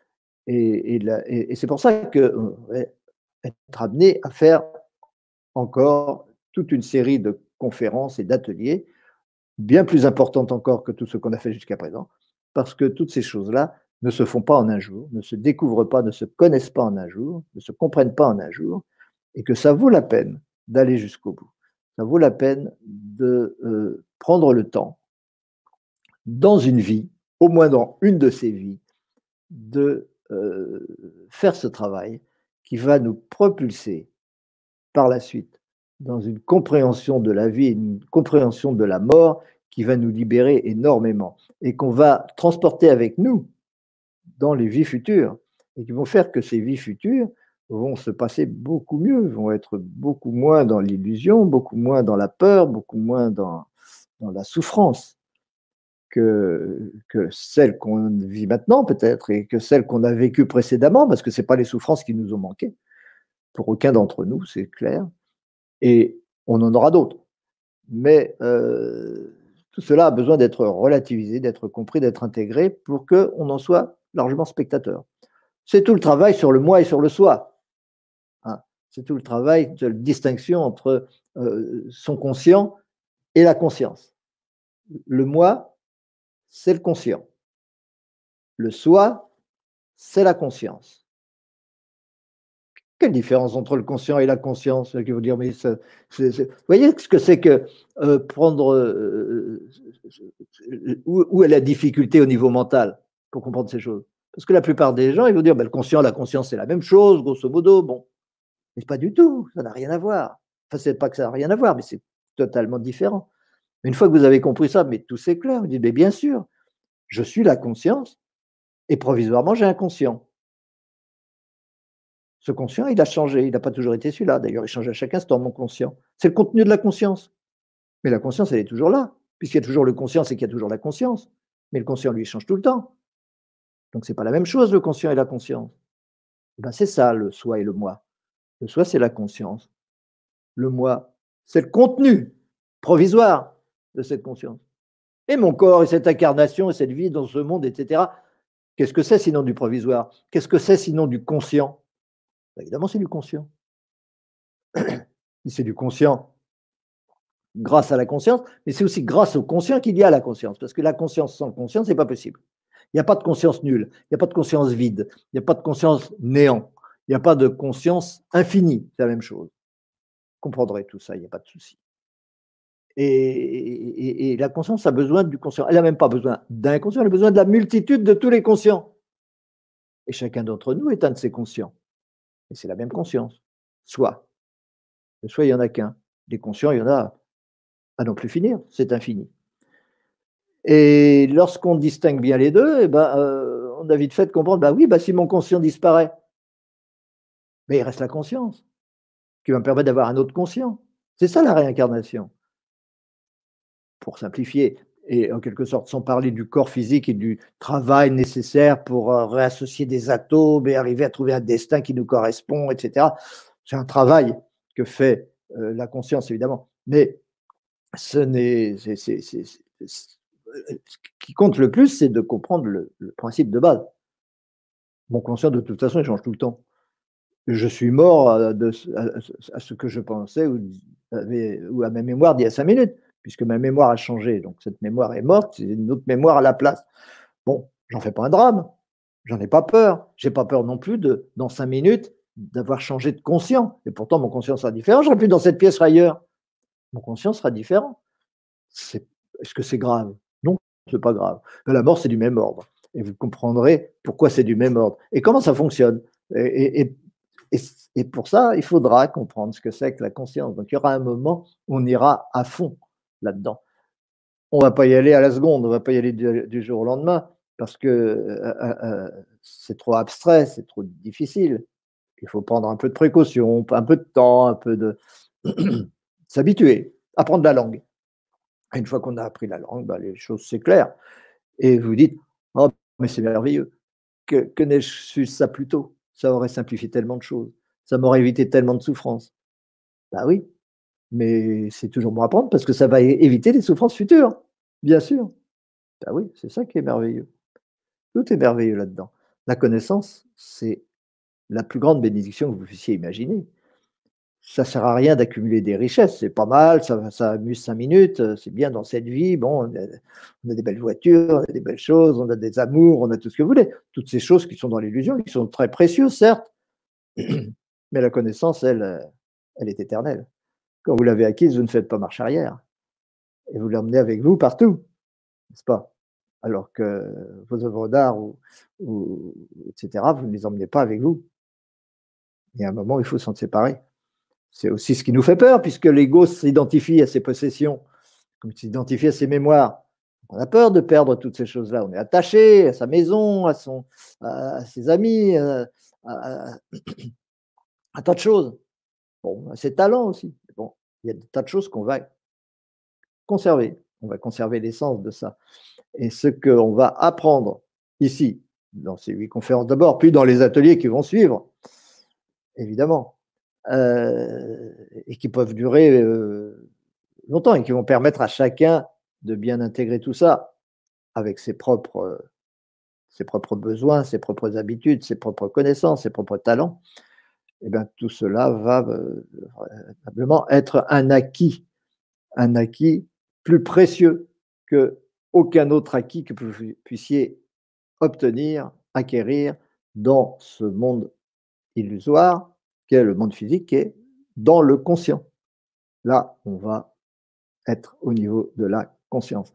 Et c'est pour ça qu'on va être amené à faire encore toute une série de conférences et d'ateliers, bien plus importantes encore que tout ce qu'on a fait jusqu'à présent, parce que toutes ces choses-là ne se font pas en un jour, ne se découvrent pas, ne se connaissent pas en un jour, ne se comprennent pas en un jour, et que ça vaut la peine d'aller jusqu'au bout. Ça vaut la peine de prendre le temps, dans une vie, au moins dans une de ces vies, de faire ce travail qui va nous propulser par la suite dans une compréhension de la vie, une compréhension de la mort qui va nous libérer énormément et qu'on va transporter avec nous dans les vies futures et qui vont faire que ces vies futures vont se passer beaucoup mieux, vont être beaucoup moins dans l'illusion, beaucoup moins dans la peur, beaucoup moins dans la souffrance que celles qu'on vit maintenant peut-être et que celles qu'on a vécues précédemment, parce que ce n'est pas les souffrances qui nous ont manqué, pour aucun d'entre nous, c'est clair, et on en aura d'autres. Mais tout cela a besoin d'être relativisé, d'être compris, d'être intégré pour qu'on en soit largement spectateur. C'est tout le travail sur le moi et sur le soi. Hein. C'est tout le travail de la distinction entre son conscient et la conscience. Le moi, c'est le conscient. Le soi, c'est la conscience. Quelle différence entre le conscient et la conscience? Qui vont dire, mais vous voyez ce que c'est que prendre. Où est la difficulté au niveau mental pour comprendre ces choses? Parce que la plupart des gens, ils vont dire, ben, le conscient, la conscience, c'est la même chose, grosso modo. Bon, mais pas du tout, ça n'a rien à voir. Enfin, c'est pas que ça n'a rien à voir, mais c'est totalement différent. Une fois que vous avez compris ça, mais tout c'est clair, vous dites, mais bien sûr, je suis la conscience et provisoirement, j'ai un conscient. Ce conscient, il a changé, il n'a pas toujours été celui-là. D'ailleurs, il change à chaque instant, mon conscient. C'est le contenu de la conscience. Mais la conscience, elle est toujours là. Puisqu'il y a toujours le conscient, c'est qu'il y a toujours la conscience. Mais le conscient, lui, il change tout le temps. Donc, ce n'est pas la même chose, le conscient et la conscience. Eh ben, c'est ça, le soi et le moi. Le soi, c'est la conscience. Le moi, c'est le contenu provisoire de cette conscience. Et mon corps et cette incarnation et cette vie dans ce monde, etc. Qu'est-ce que c'est sinon du provisoire? Qu'est-ce que c'est sinon du conscient? Ben, évidemment, c'est du conscient. Si c'est du conscient, grâce à la conscience, mais c'est aussi grâce au conscient qu'il y a la conscience. Parce que la conscience sans conscience, ce n'est pas possible. Il n'y a pas de conscience nulle, il n'y a pas de conscience vide, il n'y a pas de conscience néant, il n'y a pas de conscience infinie, c'est la même chose. Vous comprendrez tout ça, il n'y a pas de souci. Et la conscience a besoin du conscient. Elle n'a même pas besoin d'un conscient, elle a besoin de la multitude de tous les conscients. Et chacun d'entre nous est un de ces conscients. Et c'est la même conscience. Soi. Le soi, il n'y en a qu'un. Les conscients, il y en a à n'en plus finir, c'est infini. Et lorsqu'on distingue bien les deux, eh ben, on a vite fait de comprendre, bah oui, bah si mon conscient disparaît, mais il reste la conscience, qui va me permettre d'avoir un autre conscient. C'est ça la réincarnation, pour simplifier. Et en quelque sorte, sans parler du corps physique et du travail nécessaire pour réassocier des atomes et arriver à trouver un destin qui nous correspond, etc. C'est un travail que fait la conscience, évidemment. Mais ce n'est, ce qui compte le plus, c'est de comprendre le principe de base. Mon conscient, de toute façon, il change tout le temps. Je suis mort à ce que je pensais ou à ma mémoire d'il y a 5 minutes, puisque ma mémoire a changé. Donc cette mémoire est morte, c'est une autre mémoire à la place. Bon, j'en fais pas un drame, j'en ai pas peur. J'ai pas peur non plus dans 5 minutes, d'avoir changé de conscient. Et pourtant, mon conscient sera différent. Je serai plus dans cette pièce ailleurs. Mon conscient sera différent. Est-ce que c'est grave? Non, c'est pas grave. Mais la mort, c'est du même ordre. Et vous comprendrez pourquoi c'est du même ordre. Et comment ça fonctionne. Et pour ça, il faudra comprendre ce que c'est que la conscience. Donc, il y aura un moment où on ira à fond là-dedans. On ne va pas y aller à la seconde, on ne va pas y aller du jour au lendemain, parce que c'est trop abstrait, c'est trop difficile. Il faut prendre un peu de précaution, un peu de temps, un peu de s'habituer, apprendre la langue. Une fois qu'on a appris la langue, bah, les choses s'éclairent. Et vous dites, oh, mais c'est merveilleux, que n'ai-je su ça plus tôt? Ça aurait simplifié tellement de choses, ça m'aurait évité tellement de souffrances. Bah oui, mais c'est toujours bon à prendre parce que ça va éviter les souffrances futures, bien sûr. Bah oui, c'est ça qui est merveilleux. Tout est merveilleux là-dedans. La connaissance, c'est la plus grande bénédiction que vous puissiez imaginer. Ça sert à rien d'accumuler des richesses, c'est pas mal, ça amuse 5 minutes, c'est bien dans cette vie, bon, on a des belles voitures, on a des belles choses, on a des amours, on a tout ce que vous voulez. Toutes ces choses qui sont dans l'illusion, qui sont très précieuses, certes, mais la connaissance, elle est éternelle. Quand vous l'avez acquise, vous ne faites pas marche arrière et vous l'emmenez avec vous partout, n'est-ce pas? Alors que vos œuvres d'art ou etc., vous ne les emmenez pas avec vous. Il y a un moment où il faut s'en séparer. C'est aussi ce qui nous fait peur, puisque l'ego s'identifie à ses possessions, comme il s'identifie à ses mémoires. On a peur de perdre toutes ces choses-là. On est attaché à sa maison, à ses amis, à un tas de choses. Bon, à ses talents aussi. Bon, il y a des tas de choses qu'on va conserver. On va conserver l'essence de ça. Et ce qu'on va apprendre ici, dans ces 8 conférences d'abord, puis dans les ateliers qui vont suivre, évidemment, et qui peuvent durer longtemps et qui vont permettre à chacun de bien intégrer tout ça avec ses propres besoins, ses propres habitudes, ses propres connaissances, ses propres talents. Et bien, tout cela va probablement être un acquis plus précieux que aucun autre acquis que vous puissiez obtenir, acquérir dans ce monde illusoire, qui est le monde physique, qui est dans le conscient. Là, on va être au niveau de la conscience.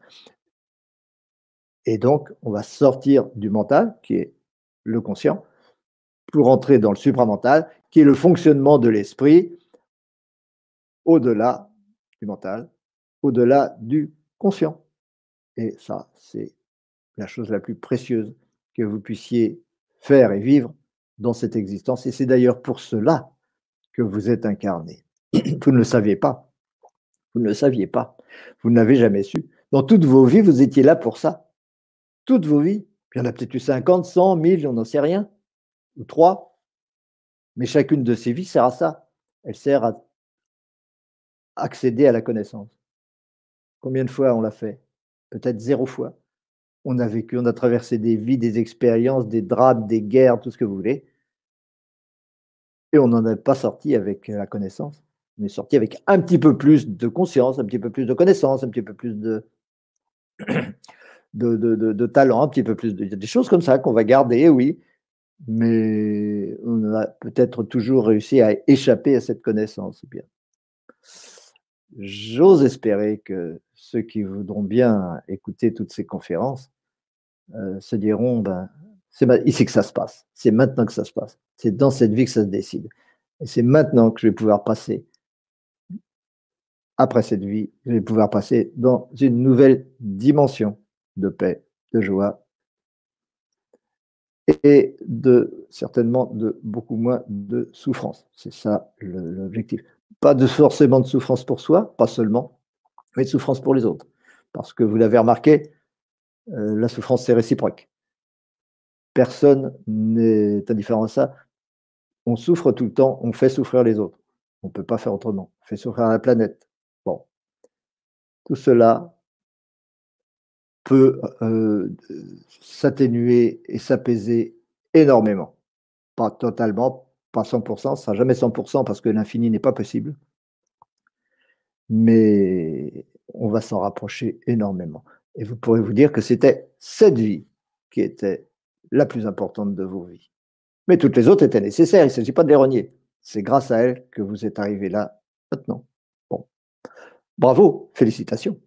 Et donc, on va sortir du mental, qui est le conscient, pour entrer dans le supramental, qui est le fonctionnement de l'esprit au-delà du mental, au-delà du conscient. Et ça, c'est la chose la plus précieuse que vous puissiez faire et vivre dans cette existence. Et c'est d'ailleurs pour cela que vous êtes incarné. Vous ne le saviez pas. Vous ne le saviez pas. Vous ne l'avez jamais su. Dans toutes vos vies, vous étiez là pour ça. Toutes vos vies. Il y en a peut-être eu 50, 100, 1000, on n'en sait rien. Ou 3. Mais chacune de ces vies sert à ça. Elle sert à accéder à la connaissance. Combien de fois on l'a fait? Peut-être 0 fois. On a vécu, on a traversé des vies, des expériences, des drames, des guerres, tout ce que vous voulez. Et on n'en est pas sorti avec la connaissance. On est sorti avec un petit peu plus de conscience, un petit peu plus de connaissance, un petit peu plus de talent, un petit peu plus des choses comme ça qu'on va garder, oui. Mais on a peut-être toujours réussi à échapper à cette connaissance. Eh bien, j'ose espérer que ceux qui voudront bien écouter toutes ces conférences se diront, ben, c'est ici que ça se passe, c'est maintenant que ça se passe, c'est dans cette vie que ça se décide. Et c'est maintenant que je vais pouvoir passer, après cette vie, je vais pouvoir passer dans une nouvelle dimension de paix, de joie et certainement de beaucoup moins de souffrance. C'est ça l'objectif. Pas forcément de souffrance pour soi, pas seulement, mais de souffrance pour les autres. Parce que vous l'avez remarqué, la souffrance, c'est réciproque. Personne n'est indifférent à ça. On souffre tout le temps, on fait souffrir les autres. On ne peut pas faire autrement. On fait souffrir la planète. Bon, tout cela peut s'atténuer et s'apaiser énormément. Pas totalement, pas 100%, ça sera jamais 100% parce que l'infini n'est pas possible. Mais on va s'en rapprocher énormément. Et vous pourrez vous dire que c'était cette vie qui était la plus importante de vos vies. Mais toutes les autres étaient nécessaires, il ne s'agit pas de les renier. C'est grâce à elles que vous êtes arrivé là maintenant. Bon. Bravo, félicitations.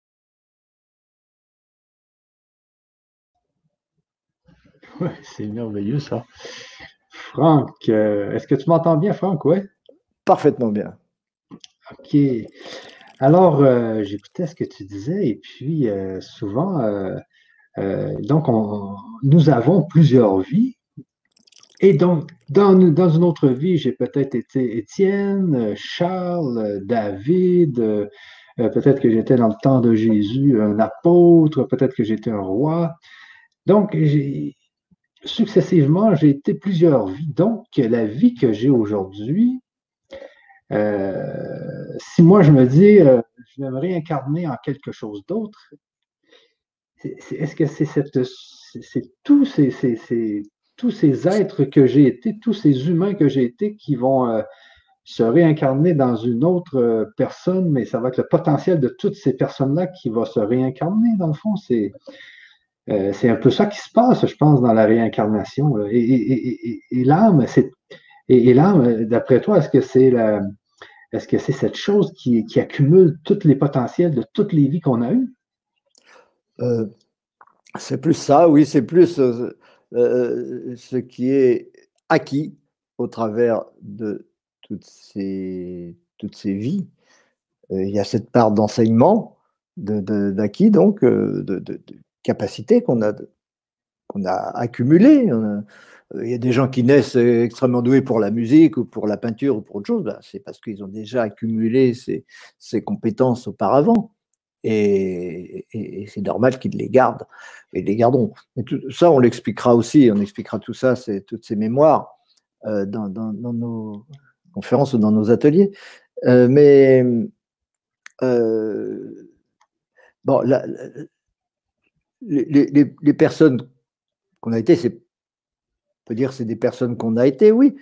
Ouais, c'est merveilleux ça. Franck, est-ce que tu m'entends bien, Franck? Ouais? Parfaitement bien. OK. Alors, j'écoutais ce que tu disais et puis souvent, donc nous avons plusieurs vies. Et donc, dans une autre vie, j'ai peut-être été Étienne, Charles, David, peut-être que j'étais dans le temps de Jésus un apôtre, peut-être que j'étais un roi. Donc, successivement, j'ai été plusieurs vies. Donc, la vie que j'ai aujourd'hui, si moi je me dis, je vais me réincarner en quelque chose d'autre, est-ce que c'est tous ces êtres que j'ai été, tous ces humains que j'ai été qui vont se réincarner dans une autre personne, mais ça va être le potentiel de toutes ces personnes-là qui va se réincarner, dans le fond. C'est un peu ça qui se passe, je pense, dans la réincarnation. Là. Et l'âme, l'âme, d'après toi, est-ce que c'est cette chose qui accumule tous les potentiels de toutes les vies qu'on a eues? C'est plus ça, oui, c'est plus ce qui est acquis au travers de toutes ces vies. Il y a cette part d'enseignement, d'acquis, donc, de capacité qu'on a accumulée. Il y a des gens qui naissent extrêmement doués pour la musique ou pour la peinture ou pour autre chose, ben, c'est parce qu'ils ont déjà accumulé ces compétences auparavant. Et c'est normal qu'ils les gardent, et les garderont. Mais tout ça, on l'expliquera aussi, on expliquera tout ça, toutes ces mémoires dans nos conférences ou dans nos ateliers. Mais bon, les personnes qu'on a été, on peut dire que c'est des personnes qu'on a été, oui,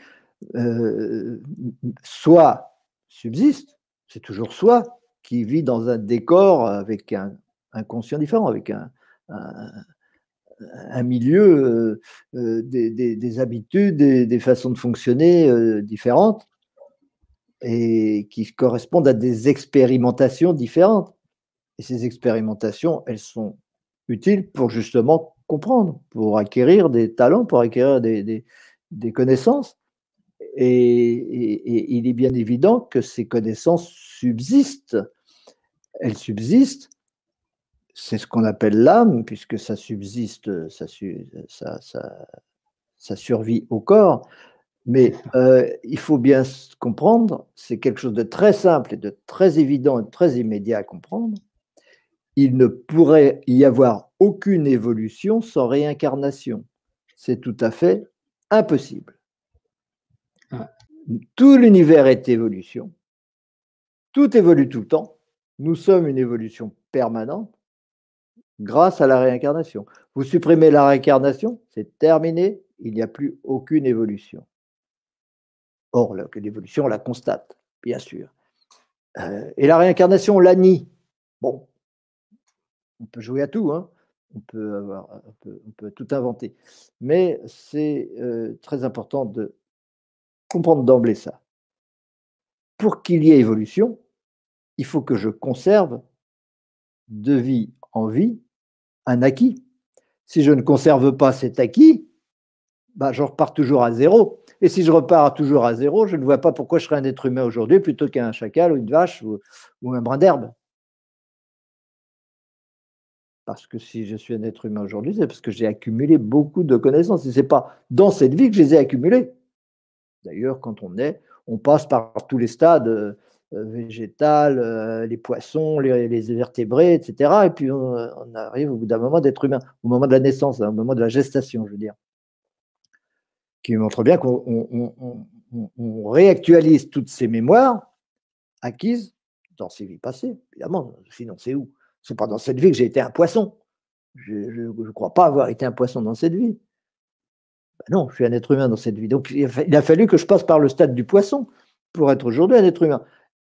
soit subsistent, c'est toujours soit qui vit dans un décor avec un conscient différent, avec un milieu, des habitudes, des façons de fonctionner différentes et qui correspondent à des expérimentations différentes. Et ces expérimentations, elles sont utiles pour justement comprendre, pour acquérir des talents, pour acquérir des connaissances. Et il est bien évident que ces connaissances subsistent. Elles subsistent, c'est ce qu'on appelle l'âme, puisque ça subsiste, ça survit au corps. Mais il faut bien comprendre, c'est quelque chose de très simple et de très évident et de très immédiat à comprendre. Il ne pourrait y avoir aucune évolution sans réincarnation. C'est tout à fait impossible. Tout l'univers est évolution. Tout évolue tout le temps. Nous sommes une évolution permanente grâce à la réincarnation. Vous supprimez la réincarnation, c'est terminé, il n'y a plus aucune évolution. Or, l'évolution, on la constate, bien sûr. Et la réincarnation, on la nie. Bon, on peut jouer à tout, hein. On peut tout inventer. Mais c'est très important de comprendre d'emblée ça. Pour qu'il y ait évolution, il faut que je conserve de vie en vie un acquis. Si je ne conserve pas cet acquis, bah, je repars toujours à zéro. Et si je repars toujours à zéro, je ne vois pas pourquoi je serais un être humain aujourd'hui plutôt qu'un chacal ou une vache ou un brin d'herbe. Parce que si je suis un être humain aujourd'hui, c'est parce que j'ai accumulé beaucoup de connaissances. Et ce n'est pas dans cette vie que je les ai accumulées. D'ailleurs, quand on passe par tous les stades végétal, les poissons, les vertébrés, etc. Et puis on arrive au bout d'un moment d'être humain, au moment de la naissance, au moment de la gestation, je veux dire. Qui montre bien qu'on réactualise toutes ces mémoires acquises dans ces vies passées, évidemment. Sinon, c'est où? C'est pas dans cette vie que j'ai été un poisson. Je ne crois pas avoir été un poisson dans cette vie. Ben non, je suis un être humain dans cette vie. Donc, il a fallu que je passe par le stade du poisson pour être aujourd'hui un être humain.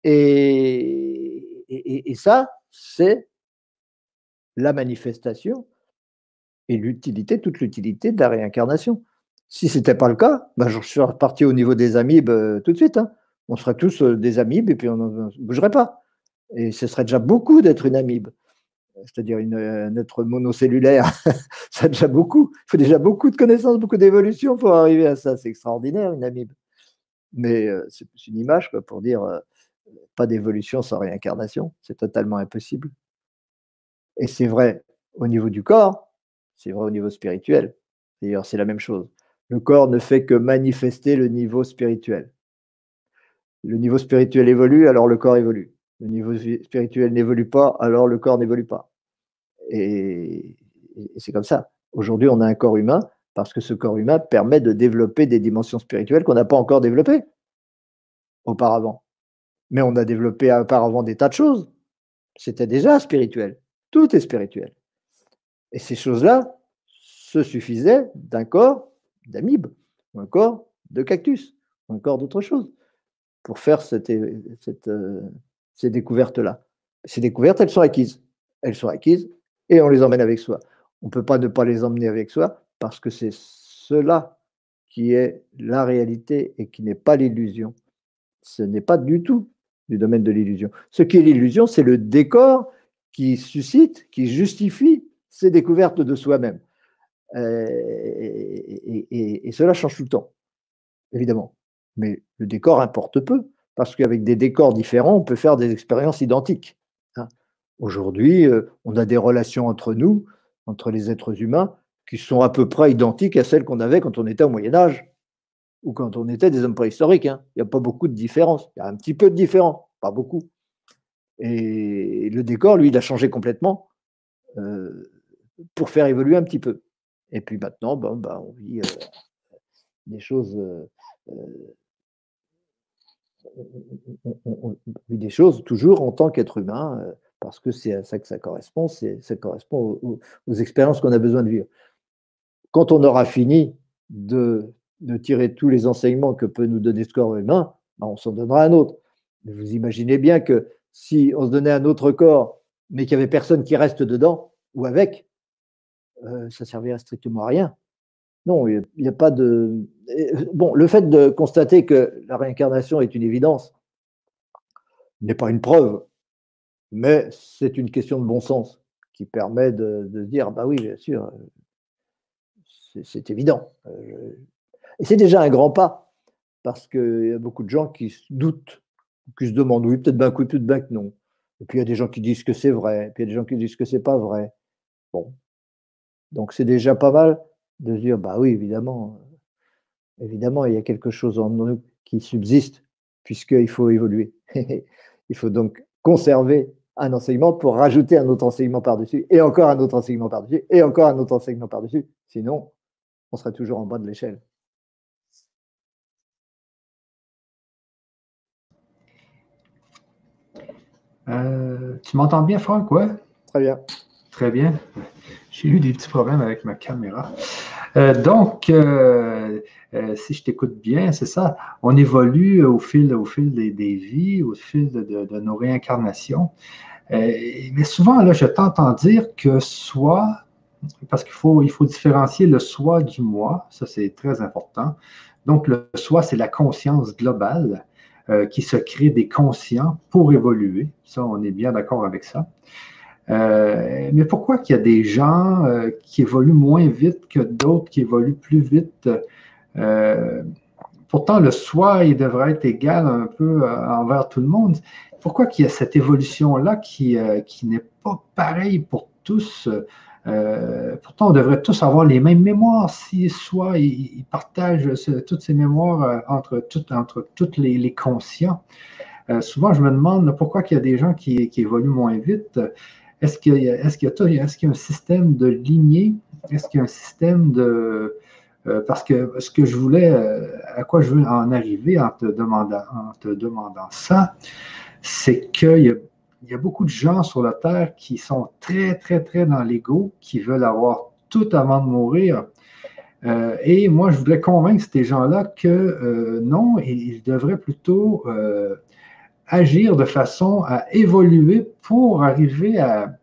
Et ça, c'est la manifestation et l'utilité, toute l'utilité de la réincarnation. Si ce n'était pas le cas, ben je serais reparti au niveau des amibes tout de suite. Hein. On serait tous des amibes et puis on ne bougerait pas. Et ce serait déjà beaucoup d'être une amibe. C'est-à-dire un être monocellulaire. Ça déjà beaucoup. Il faut déjà beaucoup de connaissances, beaucoup d'évolution pour arriver à ça. C'est extraordinaire, une amibe. Mais c'est une image quoi, pour dire pas d'évolution sans réincarnation. C'est totalement impossible. Et c'est vrai au niveau du corps, c'est vrai au niveau spirituel. D'ailleurs, c'est la même chose. Le corps ne fait que manifester le niveau spirituel. Le niveau spirituel évolue, alors le corps évolue. Le niveau spirituel n'évolue pas, alors le corps n'évolue pas. Et c'est comme ça. Aujourd'hui, on a un corps humain parce que ce corps humain permet de développer des dimensions spirituelles qu'on n'a pas encore développées auparavant. Mais on a développé auparavant des tas de choses. C'était déjà spirituel. Tout est spirituel. Et ces choses-là se suffisaient d'un corps d'amibe, ou un corps de cactus, ou un corps d'autre chose, pour faire ces découvertes-là. Ces découvertes, elles sont acquises. Elles sont acquises et on les emmène avec soi. On ne peut pas ne pas les emmener avec soi parce que c'est cela qui est la réalité et qui n'est pas l'illusion. Ce n'est pas du tout du domaine de l'illusion. Ce qui est l'illusion, c'est le décor qui suscite, qui justifie ces découvertes de soi-même. Et cela change tout le temps, évidemment. Mais le décor importe peu, parce qu'avec des décors différents, on peut faire des expériences identiques. Hein. Aujourd'hui, on a des relations entre nous, entre les êtres humains, qui sont à peu près identiques à celles qu'on avait quand on était au Moyen-Âge ou quand on était des hommes préhistoriques. Hein. Il n'y a pas beaucoup de différence. Il y a un petit peu de différence, pas beaucoup. Et le décor, lui, il a changé complètement pour faire évoluer un petit peu. Et puis maintenant, on vit des choses, on vit des choses toujours en tant qu'être humain, parce que c'est à ça que ça correspond, ça correspond aux expériences qu'on a besoin de vivre. Quand on aura fini de tirer tous les enseignements que peut nous donner ce corps humain, on s'en donnera un autre. Mais vous imaginez bien que si on se donnait un autre corps, mais qu'il n'y avait personne qui reste dedans ou avec, ça servirait strictement à rien. Non, il n'y a pas de... Bon, le fait de constater que la réincarnation est une évidence n'est pas une preuve, mais c'est une question de bon sens qui permet de se dire, bah oui, bien sûr, c'est évident. Et c'est déjà un grand pas, parce qu'il y a beaucoup de gens qui se doutent, qui se demandent, oui, peut-être bien que oui, peut-être bien que non. Et puis il y a des gens qui disent que c'est vrai, puis il y a des gens qui disent que c'est pas vrai. Bon, donc c'est déjà pas mal de se dire, bah oui, évidemment, évidemment, il y a quelque chose en nous qui subsiste, puisqu'il faut évoluer. Il faut donc conserver un enseignement pour rajouter un autre enseignement par-dessus, et encore un autre enseignement par-dessus, et encore un autre enseignement par-dessus. Sinon, on serait toujours en bas de l'échelle. Tu m'entends bien, Franck? Ouais? Très bien. Très bien. J'ai eu des petits problèmes avec ma caméra. Si je t'écoute bien, c'est ça. On évolue au fil des vies, au fil de nos réincarnations. Mais souvent, là, je t'entends dire que soi, parce qu'il faut différencier le soi du moi, ça c'est très important. Donc, le soi, c'est la conscience globale qui se crée des conscients pour évoluer. Ça, on est bien d'accord avec ça. Mais pourquoi qu'il y a des gens qui évoluent moins vite que d'autres qui évoluent plus vite? Pourtant, le soi, il devrait être égal un peu envers tout le monde. Pourquoi qu'il y a cette évolution-là qui n'est pas pareille pour tous? Pourtant, on devrait tous avoir les mêmes mémoires si soi, il partage toutes ces mémoires entre tous les conscients. Souvent, je me demande pourquoi il y a des gens qui évoluent moins vite. Est-ce qu'il y a un système de lignée? Est-ce qu'il y a un système de... parce que ce que je voulais, à quoi je veux en arriver en te demandant ça, c'est qu'il y a beaucoup de gens sur la Terre qui sont très, très, très dans l'ego, qui veulent avoir tout avant de mourir. Et moi, je voudrais convaincre ces gens-là que non, ils devraient plutôt agir de façon à évoluer pour arriver à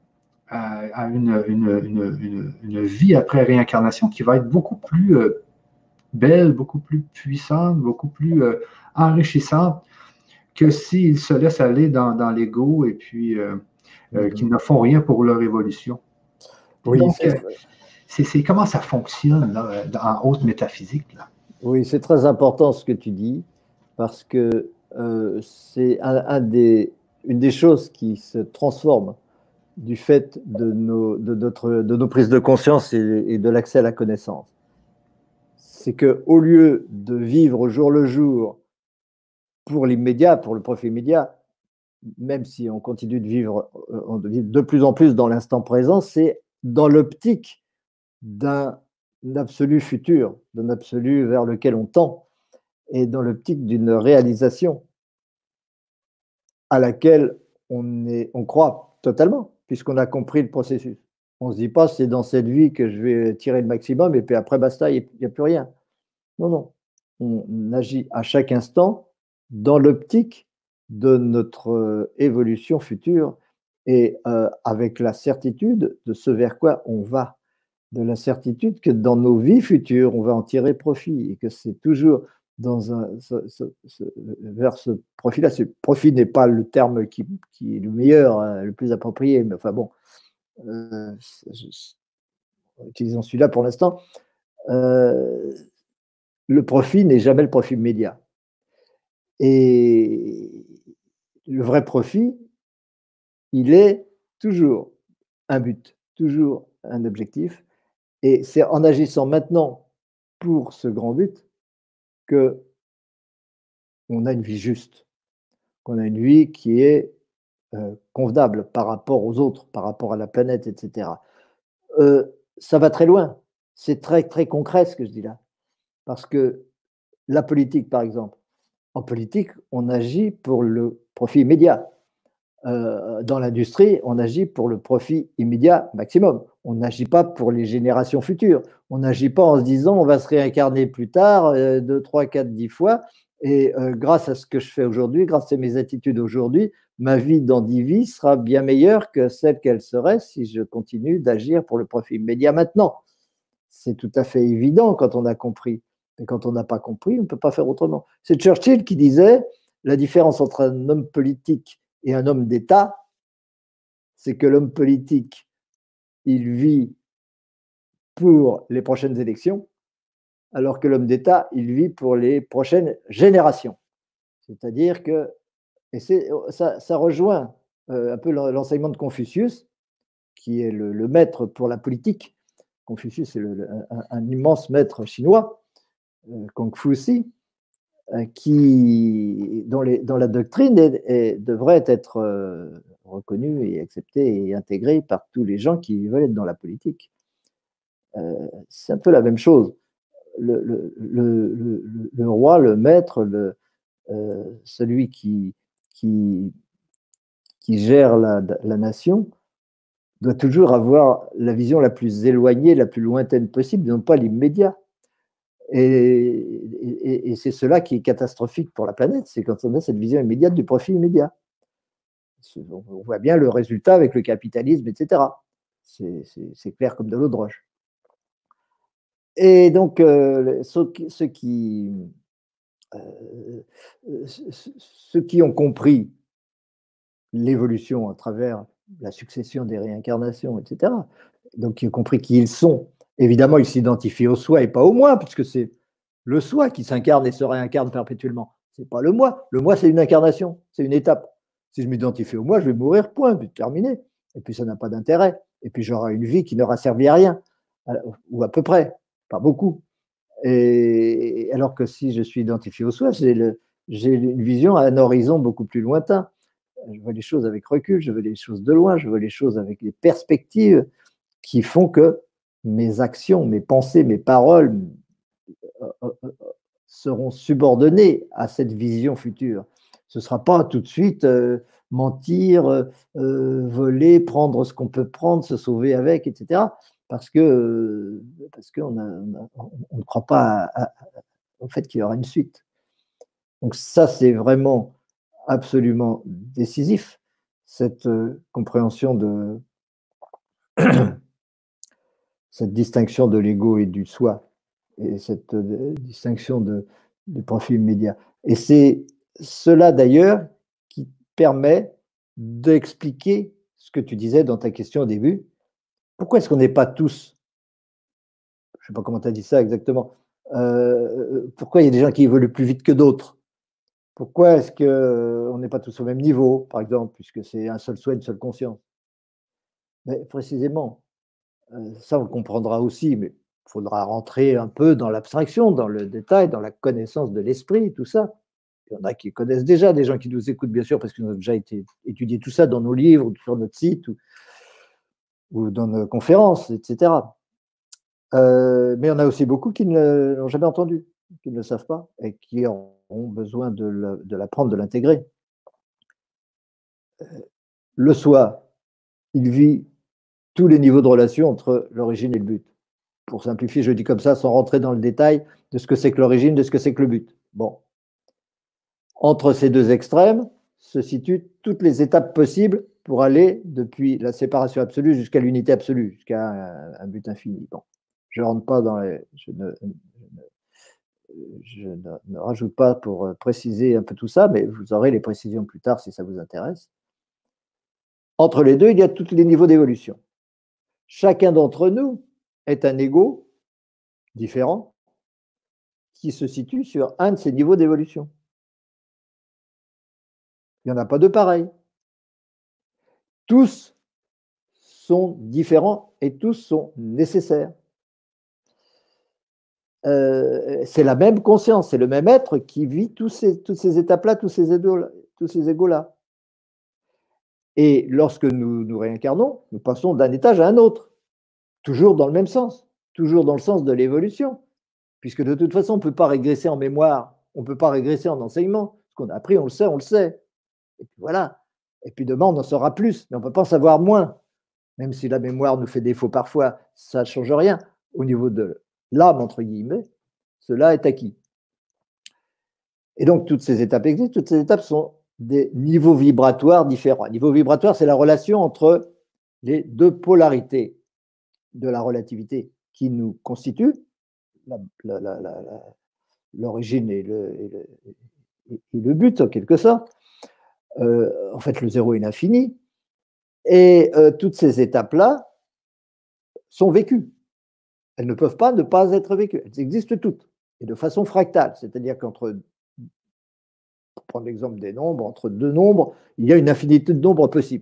une vie après réincarnation qui va être beaucoup plus belle, beaucoup plus puissante, beaucoup plus enrichissante que s'ils se laissent aller dans l'ego et puis qu'ils ne font rien pour leur évolution. Oui, donc, c'est comment ça fonctionne là, en haute métaphysique, là? Oui, c'est très important ce que tu dis, parce que c'est une des choses qui se transforme du fait de nos prises de conscience et de l'accès à la connaissance. C'est qu'au lieu de vivre au jour le jour pour l'immédiat, pour le profit immédiat, même si on continue de vivre de plus en plus dans l'instant présent, c'est dans l'optique d'un absolu futur, d'un absolu vers lequel on tend, et dans l'optique d'une réalisation à laquelle on croit totalement, puisqu'on a compris le processus. On ne se dit pas, c'est dans cette vie que je vais tirer le maximum, et puis après, basta, il n'y a plus rien. Non, non. On agit à chaque instant dans l'optique de notre évolution future, et avec la certitude de ce vers quoi on va, de la certitude que dans nos vies futures, on va en tirer profit, et que c'est toujours vers ce profit-là. Ce profit n'est pas le terme qui est le meilleur, le plus approprié, mais enfin bon, utilisons celui-là pour l'instant. Le profit n'est jamais le profit immédiat. Et le vrai profit, il est toujours un but, toujours un objectif. Et c'est en agissant maintenant pour ce grand but qu'on a une vie juste, qu'on a une vie qui est convenable par rapport aux autres, par rapport à la planète, etc. Ça va très loin. C'est très, très concret ce que je dis là. Parce que la politique, par exemple, en politique, on agit pour le profit immédiat. Dans l'industrie, on agit pour le profit immédiat maximum. On n'agit pas pour les générations futures. On n'agit pas en se disant on va se réincarner plus tard, 2, 3, 4, 10 fois, Et grâce à ce que je fais aujourd'hui, grâce à mes attitudes aujourd'hui, ma vie dans 10 vies sera bien meilleure que celle qu'elle serait si je continue d'agir pour le profit immédiat maintenant. C'est tout à fait évident quand on a compris. Et quand on n'a pas compris, on ne peut pas faire autrement. C'est Churchill qui disait la différence entre un homme politique et un homme d'État, c'est que l'homme politique, il vit pour les prochaines élections, alors que l'homme d'État, il vit pour les prochaines générations. C'est-à-dire que, et ça rejoint un peu l'enseignement de Confucius, qui est le maître pour la politique. Confucius est un immense maître chinois, Confuci, dont la doctrine devrait être reconnue et acceptée et intégrée par tous les gens qui veulent être dans la politique. C'est un peu la même chose. Le roi, le maître, celui qui gère la nation, doit toujours avoir la vision la plus éloignée, la plus lointaine possible, non pas l'immédiat. Et c'est cela qui est catastrophique pour la planète, c'est quand on a cette vision immédiate du profit immédiat. On voit bien le résultat avec le capitalisme, etc. C'est clair comme de l'eau de roche. Et donc, ceux qui ont compris l'évolution à travers la succession des réincarnations, etc., donc qui ont compris qui ils sont, évidemment, ils s'identifient au soi et pas au moi, puisque c'est le soi qui s'incarne et se réincarne perpétuellement. Ce n'est pas le moi. Le moi, c'est une incarnation, c'est une étape. Si je m'identifie au moi, je vais mourir, point, puis terminé. Et puis ça n'a pas d'intérêt. Et puis j'aurai une vie qui n'aura servi à rien, ou à peu près, pas beaucoup. Et alors que si je suis identifié au soi, j'ai une vision à un horizon beaucoup plus lointain. Je vois les choses avec recul, je vois les choses de loin, je vois les choses avec des perspectives qui font que mes actions, mes pensées, mes paroles seront subordonnées à cette vision future. Ce ne sera pas tout de suite mentir, voler, prendre ce qu'on peut prendre, se sauver avec, etc. Parce qu'on ne croit pas au fait qu'il y aura une suite. Donc ça, c'est vraiment absolument décisif, cette compréhension de cette distinction de l'ego et du soi, et cette distinction du profit immédiat. Et c'est cela d'ailleurs qui permet d'expliquer ce que tu disais dans ta question au début. Pourquoi est-ce qu'on n'est pas tous, je ne sais pas comment tu as dit ça exactement, pourquoi il y a des gens qui évoluent plus vite que d'autres? Pourquoi est-ce qu'on n'est pas tous au même niveau, par exemple, puisque c'est un seul souhait, une seule conscience? Mais précisément, ça on le comprendra aussi, mais il faudra rentrer un peu dans l'abstraction, dans le détail, dans la connaissance de l'esprit, tout ça. Il y en a qui connaissent déjà, des gens qui nous écoutent bien sûr, parce qu'ils ont déjà étudié tout ça dans nos livres, sur notre site, ou dans nos conférences, etc. Mais il y en a aussi beaucoup qui ne l'ont jamais entendu, qui ne le savent pas, et qui auront besoin de l'apprendre, de l'intégrer. Le soi, il vit tous les niveaux de relation entre l'origine et le but. Pour simplifier, je dis comme ça, sans rentrer dans le détail de ce que c'est que l'origine, de ce que c'est que le but. Bon. Entre ces deux extrêmes se situent toutes les étapes possibles pour aller depuis la séparation absolue jusqu'à l'unité absolue, jusqu'à un but infini. Bon. Je ne rentre pas dans les... Je ne rajoute pas pour préciser un peu tout ça, mais vous aurez les précisions plus tard si ça vous intéresse. Entre les deux, il y a tous les niveaux d'évolution. Chacun d'entre nous est un ego différent qui se situe sur un de ces niveaux d'évolution. Il n'y en a pas de pareil. Tous sont différents et tous sont nécessaires. C'est la même conscience, c'est le même être qui vit toutes ces étapes-là, tous ces égos-là. Et lorsque nous nous réincarnons, nous passons d'un étage à un autre, toujours dans le même sens, toujours dans le sens de l'évolution, puisque de toute façon, on ne peut pas régresser en mémoire, on ne peut pas régresser en enseignement. Ce qu'on a appris, on le sait. Et puis voilà. Et puis demain, on en saura plus, mais on ne peut pas en savoir moins. Même si la mémoire nous fait défaut parfois, ça ne change rien. Au niveau de l'âme, entre guillemets, cela est acquis. Et donc, toutes ces étapes existent. Toutes ces étapes sont des niveaux vibratoires différents. Un niveau vibratoire, c'est la relation entre les deux polarités de la relativité qui nous constituent, l'origine et le but, en quelque sorte. En fait, le zéro et l'infini. Et toutes ces étapes-là sont vécues. Elles ne peuvent pas ne pas être vécues. Elles existent toutes, et de façon fractale. C'est-à-dire qu'entre, pour prendre l'exemple des nombres, entre deux nombres, il y a une infinité de nombres possibles.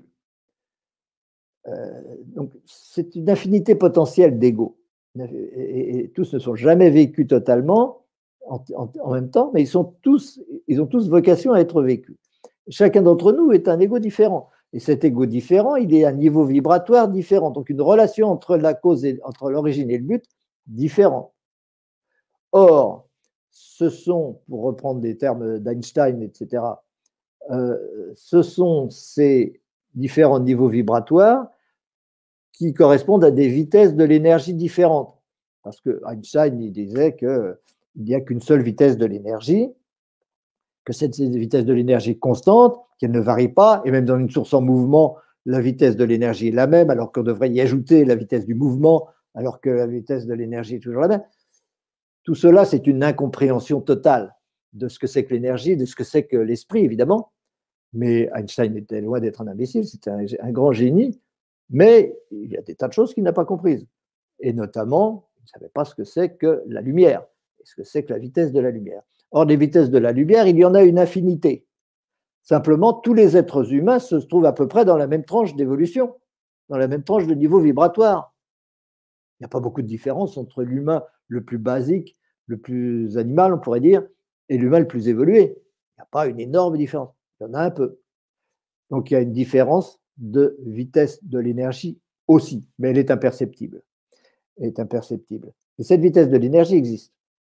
Donc, c'est une infinité potentielle d'égaux. Et tous ne sont jamais vécus totalement en même temps, mais ils ont tous vocation à être vécus. Chacun d'entre nous est un ego différent. Et cet ego différent, il est à un niveau vibratoire différent. Donc, une relation entre la cause entre l'origine et le but différente. Or, ce sont, pour reprendre des termes d'Einstein, etc., ce sont ces différents niveaux vibratoires qui correspondent à des vitesses de l'énergie différentes. Parce que Einstein, il disait qu'il n'y a qu'une seule vitesse de l'énergie, que cette vitesse de l'énergie est constante, qu'elle ne varie pas, et même dans une source en mouvement, la vitesse de l'énergie est la même, alors qu'on devrait y ajouter la vitesse du mouvement, alors que la vitesse de l'énergie est toujours la même. Tout cela, c'est une incompréhension totale de ce que c'est que l'énergie, de ce que c'est que l'esprit, évidemment. Mais Einstein était loin d'être un imbécile, c'était un grand génie, mais il y a des tas de choses qu'il n'a pas comprises. Et notamment, il ne savait pas ce que c'est que la lumière, et ce que c'est que la vitesse de la lumière. Or, des vitesses de la lumière, il y en a une infinité. Simplement, tous les êtres humains se trouvent à peu près dans la même tranche d'évolution, dans la même tranche de niveau vibratoire. Il n'y a pas beaucoup de différence entre l'humain le plus basique, le plus animal, on pourrait dire, et l'humain le plus évolué. Il n'y a pas une énorme différence. Il y en a un peu. Donc, il y a une différence de vitesse de l'énergie aussi, mais elle est imperceptible. Elle est imperceptible. Et cette vitesse de l'énergie existe.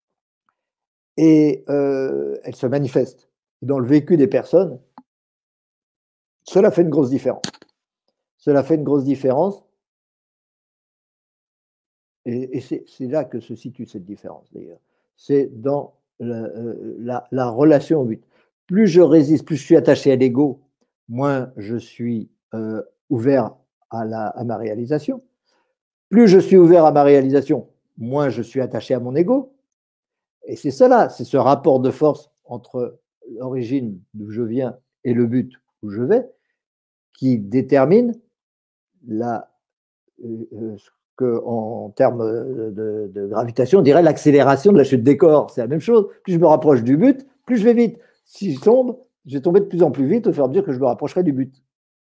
Et elle se manifeste. Dans le vécu des personnes, cela fait une grosse différence. Cela fait une grosse différence. Et c'est là que se situe cette différence, d'ailleurs. C'est dans la relation au but. Plus je résiste, plus je suis attaché à l'ego, moins je suis ouvert à ma réalisation. Plus je suis ouvert à ma réalisation, moins je suis attaché à mon ego. Et c'est cela, c'est ce rapport de force entre l'origine d'où je viens et le but où je vais, qui détermine ce qu'en termes de gravitation, on dirait l'accélération de la chute des corps. C'est la même chose. Plus je me rapproche du but, plus je vais vite. Si je tombe, je vais tomber de plus en plus vite au fur et à mesure que je me rapprocherai du but.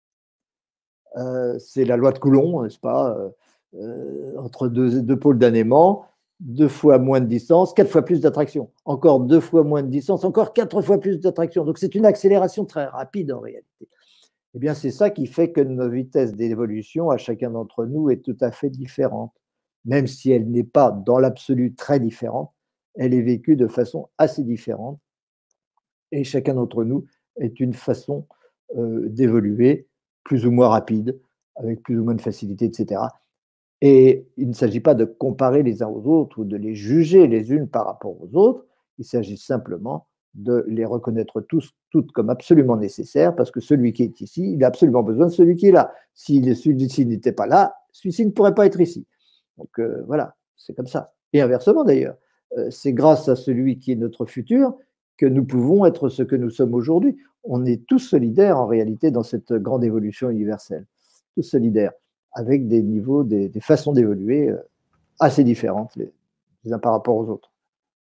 C'est la loi de Coulomb, n'est-ce pas, entre deux pôles d'un aimant, 2 fois moins de distance, 4 fois plus d'attraction. Encore 2 fois moins de distance, encore 4 fois plus d'attraction. Donc c'est une accélération très rapide en réalité. Eh bien, c'est ça qui fait que notre vitesse d'évolution à chacun d'entre nous est tout à fait différente. Même si elle n'est pas dans l'absolu très différente, elle est vécue de façon assez différente. Et chacun d'entre nous est une façon d'évoluer plus ou moins rapide, avec plus ou moins de facilité, etc. Et il ne s'agit pas de comparer les uns aux autres ou de les juger les unes par rapport aux autres. Il s'agit simplement de les reconnaître toutes comme absolument nécessaires, parce que celui qui est ici, il a absolument besoin de celui qui est là. Si celui-ci n'était pas là, celui-ci ne pourrait pas être ici. Donc voilà, c'est comme ça. Et inversement d'ailleurs, c'est grâce à celui qui est notre futur que nous pouvons être ce que nous sommes aujourd'hui. On est tous solidaires en réalité dans cette grande évolution universelle. Tous solidaires, avec des niveaux, des façons d'évoluer assez différentes les uns par rapport aux autres.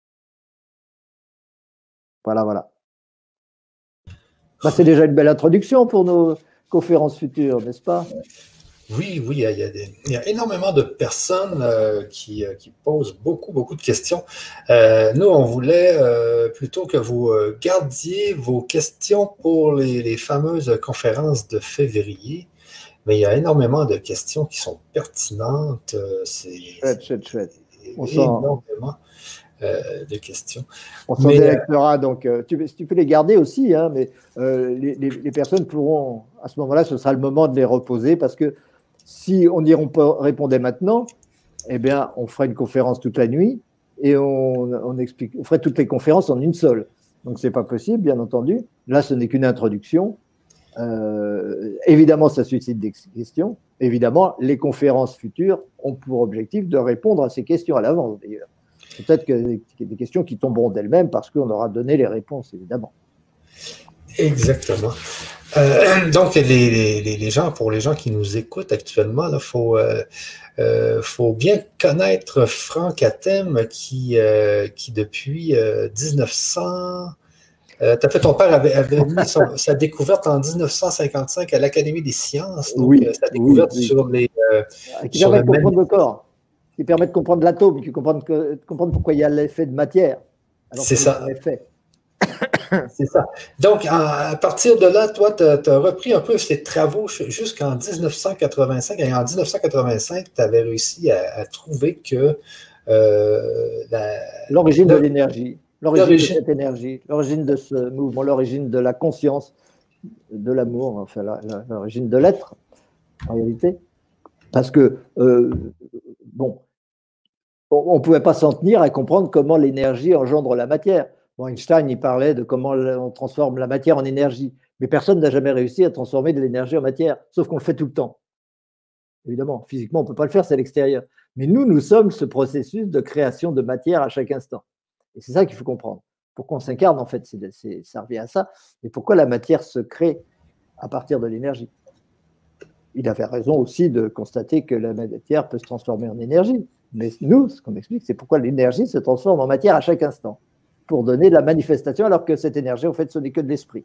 Voilà, voilà. C'est déjà une belle introduction pour nos conférences futures, n'est-ce pas? Oui, il y a énormément de personnes qui posent beaucoup de questions. Nous, on voulait plutôt que vous gardiez vos questions pour les fameuses conférences de février, mais il y a énormément de questions qui sont pertinentes. Chouette. Énormément de questions. On s'en délectera, donc tu peux les garder aussi, hein, mais les personnes pourront, à ce moment-là, ce sera le moment de les reposer, parce que si on y répondait maintenant, eh bien, on ferait une conférence toute la nuit et on ferait toutes les conférences en une seule. Donc, ce n'est pas possible, bien entendu. Là, ce n'est qu'une introduction. Évidemment, ça suscite des questions. Évidemment, les conférences futures ont pour objectif de répondre à ces questions à l'avance, d'ailleurs. Peut-être que des questions qui tomberont d'elles-mêmes parce qu'on aura donné les réponses, évidemment. Exactement. Donc, pour les gens qui nous écoutent actuellement, il faut bien connaître Franck Athem qui depuis 1900... ton père avait mis sa découverte en 1955 à l'Académie des sciences. Donc, sa découverte sur les... qui permet de comprendre le corps, qui permet de comprendre l'atome, qui comprendre pourquoi il y a l'effet de matière. C'est ça. C'est ça. Donc, à partir de là, toi, tu as repris un peu ces travaux jusqu'en 1985. Et en 1985, tu avais réussi à trouver que l'origine de l'énergie, l'origine de cette énergie, l'origine de ce mouvement, l'origine de la conscience, de l'amour, enfin l'origine de l'être, en réalité. Parce que, bon, on ne pouvait pas s'en tenir à comprendre comment l'énergie engendre la matière. Bon, Einstein, il parlait de comment on transforme la matière en énergie, mais personne n'a jamais réussi à transformer de l'énergie en matière, sauf qu'on le fait tout le temps. Évidemment, physiquement, on ne peut pas le faire, c'est l'extérieur. Mais nous sommes ce processus de création de matière à chaque instant. Et c'est ça qu'il faut comprendre. Pourquoi on s'incarne, en fait, ça revient à ça. Et pourquoi la matière se crée à partir de l'énergie. Il avait raison aussi de constater que la matière peut se transformer en énergie. Mais nous, ce qu'on explique, c'est pourquoi l'énergie se transforme en matière à chaque instant, pour donner la manifestation, alors que cette énergie, en fait, ce n'est que de l'esprit.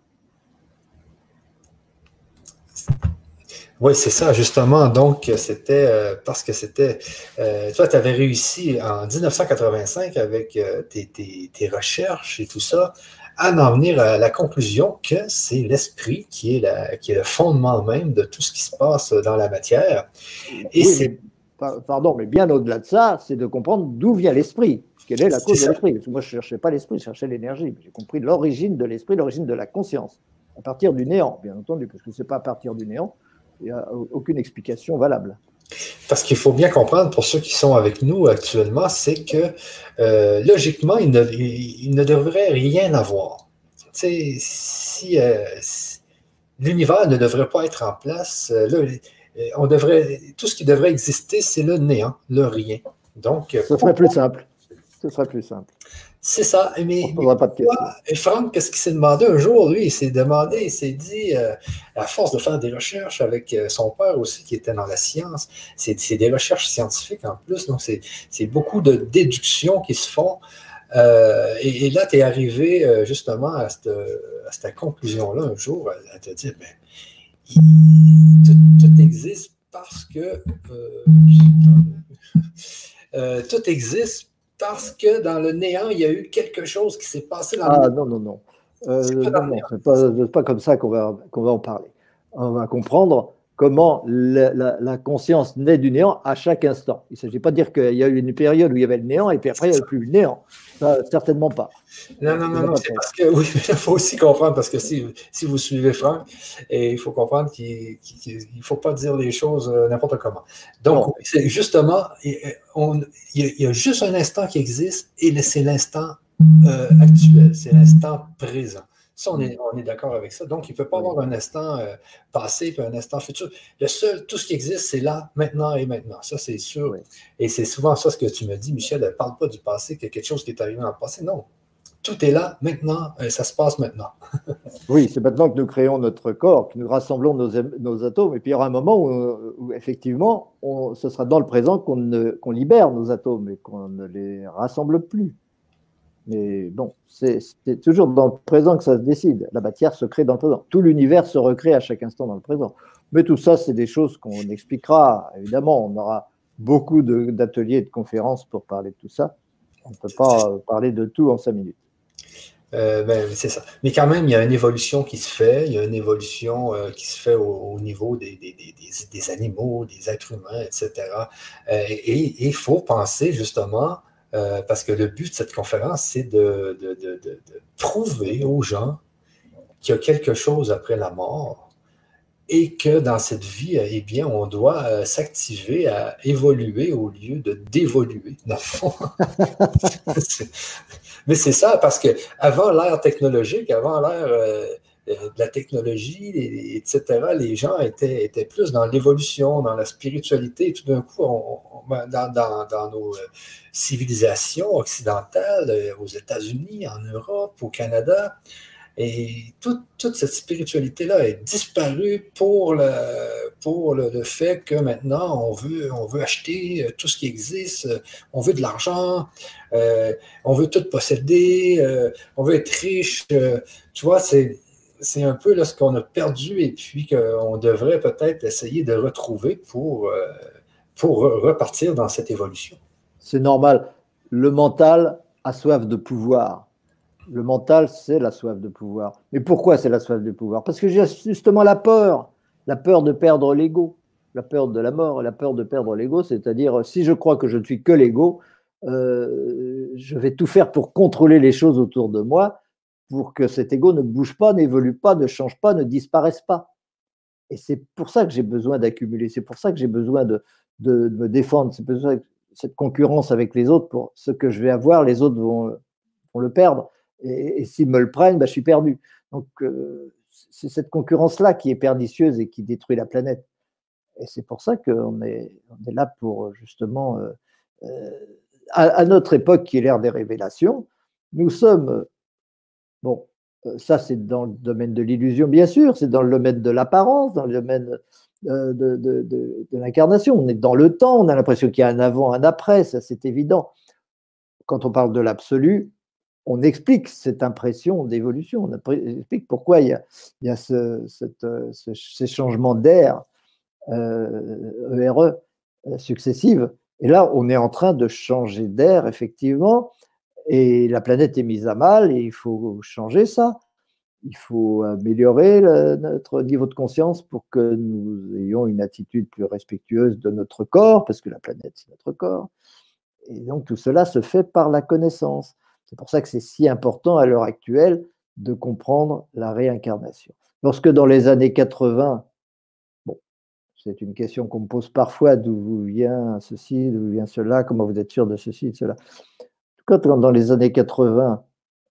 Oui, c'est ça, justement. Donc, c'était parce que c'était... toi, tu avais réussi en 1985 avec tes recherches et tout ça, à en venir à la conclusion que c'est l'esprit qui est le fondement même de tout ce qui se passe dans la matière. Et oui, pardon, mais bien au-delà de ça, c'est de comprendre d'où vient l'esprit. Quelle est la cause de l'esprit? Parce que moi, je ne cherchais pas l'esprit, je cherchais l'énergie. J'ai compris l'origine de l'esprit, l'origine de la conscience, à partir du néant, bien entendu, parce que ce n'est pas à partir du néant, il n'y a aucune explication valable. Parce qu'il faut bien comprendre, pour ceux qui sont avec nous actuellement, c'est que logiquement, il ne devrait rien avoir. Si l'univers ne devrait pas être en place, tout ce qui devrait exister, c'est le néant, le rien. Donc, ce serait plus simple. Ce serait plus simple. C'est ça. Mais pourquoi, et Franck, qu'est-ce qu'il s'est demandé un jour, lui? Il s'est dit, à force de faire des recherches avec son père aussi, qui était dans la science, c'est des recherches scientifiques en plus, donc c'est beaucoup de déductions qui se font. Et là, tu es arrivé justement à cette conclusion-là un jour, à te dire, tout existe parce que tout existe parce que dans le néant, il y a eu quelque chose qui s'est passé dans le néant. Non. C'est pas comme ça qu'on va en parler. On va comprendre comment la conscience naît du néant à chaque instant. Il ne s'agit pas de dire qu'il y a eu une période où il y avait le néant et puis après il n'y avait plus le néant. Ça, certainement pas. Non, c'est parce que, oui, il faut aussi comprendre, parce que si vous suivez Franck, et il faut comprendre qu'il ne faut pas dire les choses n'importe comment. Donc, c'est justement, il y a juste un instant qui existe, et c'est l'instant actuel, c'est l'instant présent. Ça, on est d'accord avec ça. Donc, il ne peut pas avoir un instant passé et un instant futur. Tout ce qui existe, c'est là, maintenant et maintenant. Ça, c'est sûr. Oui. Et c'est souvent ça ce que tu me dis, Michel, ne parle pas du passé, qu'il y a quelque chose qui est arrivé dans le passé. Non. Tout est là, maintenant, ça se passe maintenant. Oui, c'est maintenant que nous créons notre corps, que nous rassemblons nos atomes. Et puis, il y aura un moment où effectivement, ce sera dans le présent qu'on libère nos atomes et qu'on ne les rassemble plus. Mais bon, c'est toujours dans le présent que ça se décide. La matière se crée dans le présent. Tout l'univers se recrée à chaque instant dans le présent. Mais tout ça, c'est des choses qu'on expliquera. Évidemment, on aura beaucoup d'ateliers et de conférences pour parler de tout ça. On ne peut pas parler de tout en 5 minutes. C'est ça. Mais quand même, il y a une évolution qui se fait. Il y a une évolution qui se fait au niveau des animaux, des êtres humains, etc. Et il faut penser justement... parce que le but de cette conférence, c'est de prouver aux gens qu'il y a quelque chose après la mort et que dans cette vie, eh bien, on doit s'activer à évoluer au lieu de d'évoluer, dans le fond. Mais c'est ça, parce que avant l'ère technologique, avant l'ère de la technologie, etc., les gens étaient plus dans l'évolution, dans la spiritualité. Et tout d'un coup, dans nos civilisations occidentales, aux États-Unis, en Europe, au Canada, et toute cette spiritualité-là est disparue pour le fait que maintenant, on veut acheter tout ce qui existe, on veut de l'argent, on veut tout posséder, on veut être riche. Tu vois, c'est un peu là, ce qu'on a perdu et puis qu'on devrait peut-être essayer de retrouver pour repartir dans cette évolution. C'est normal. Le mental a soif de pouvoir. Le mental, c'est la soif de pouvoir. Mais pourquoi c'est la soif de pouvoir? Parce que j'ai justement la peur de perdre l'ego, la peur de la mort, la peur de perdre l'ego, c'est-à-dire si je crois que je ne suis que l'ego, je vais tout faire pour contrôler les choses autour de moi, pour que cet ego ne bouge pas, n'évolue pas, ne change pas, ne disparaisse pas. Et c'est pour ça que j'ai besoin d'accumuler, c'est pour ça que j'ai besoin de me défendre, c'est pour ça que cette concurrence avec les autres, pour ce que je vais avoir, les autres vont le perdre. Et s'ils me le prennent, bah, je suis perdu. Donc, c'est cette concurrence-là qui est pernicieuse et qui détruit la planète. Et c'est pour ça qu'on on est là pour justement, à notre époque qui est l'ère des révélations, nous sommes, bon, ça c'est dans le domaine de l'illusion, bien sûr, c'est dans le domaine de l'apparence, dans le domaine de l'incarnation. On est dans le temps, on a l'impression qu'il y a un avant, un après, ça c'est évident. Quand on parle de l'absolu, on explique cette impression d'évolution, on explique pourquoi il y a ces changements d'air, ERE, successives. Et là, on est en train de changer d'air, effectivement, et la planète est mise à mal, et il faut changer ça. Il faut améliorer notre niveau de conscience pour que nous ayons une attitude plus respectueuse de notre corps, parce que la planète, c'est notre corps. Et donc, tout cela se fait par la connaissance. C'est pour ça que c'est si important à l'heure actuelle de comprendre la réincarnation. Lorsque dans les années 80, bon, c'est une question qu'on me pose parfois, d'où vient ceci, d'où vient cela, comment vous êtes sûr de ceci, de cela. Quand dans les années 80,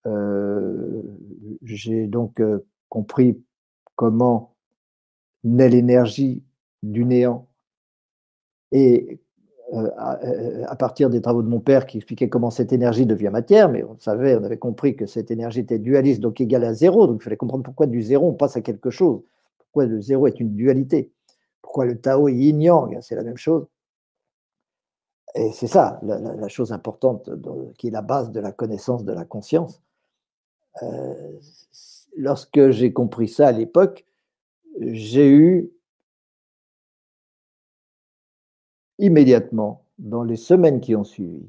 j'ai donc compris comment naît l'énergie du néant et à partir des travaux de mon père qui expliquaient comment cette énergie devient matière, mais on savait, on avait compris que cette énergie était dualiste, donc égale à zéro, donc il fallait comprendre pourquoi du zéro on passe à quelque chose, pourquoi le zéro est une dualité, pourquoi le Tao est yin-yang, c'est la même chose. Et c'est ça, la chose importante qui est la base de la connaissance de la conscience. Lorsque j'ai compris ça à l'époque, j'ai eu immédiatement, dans les semaines qui ont suivi,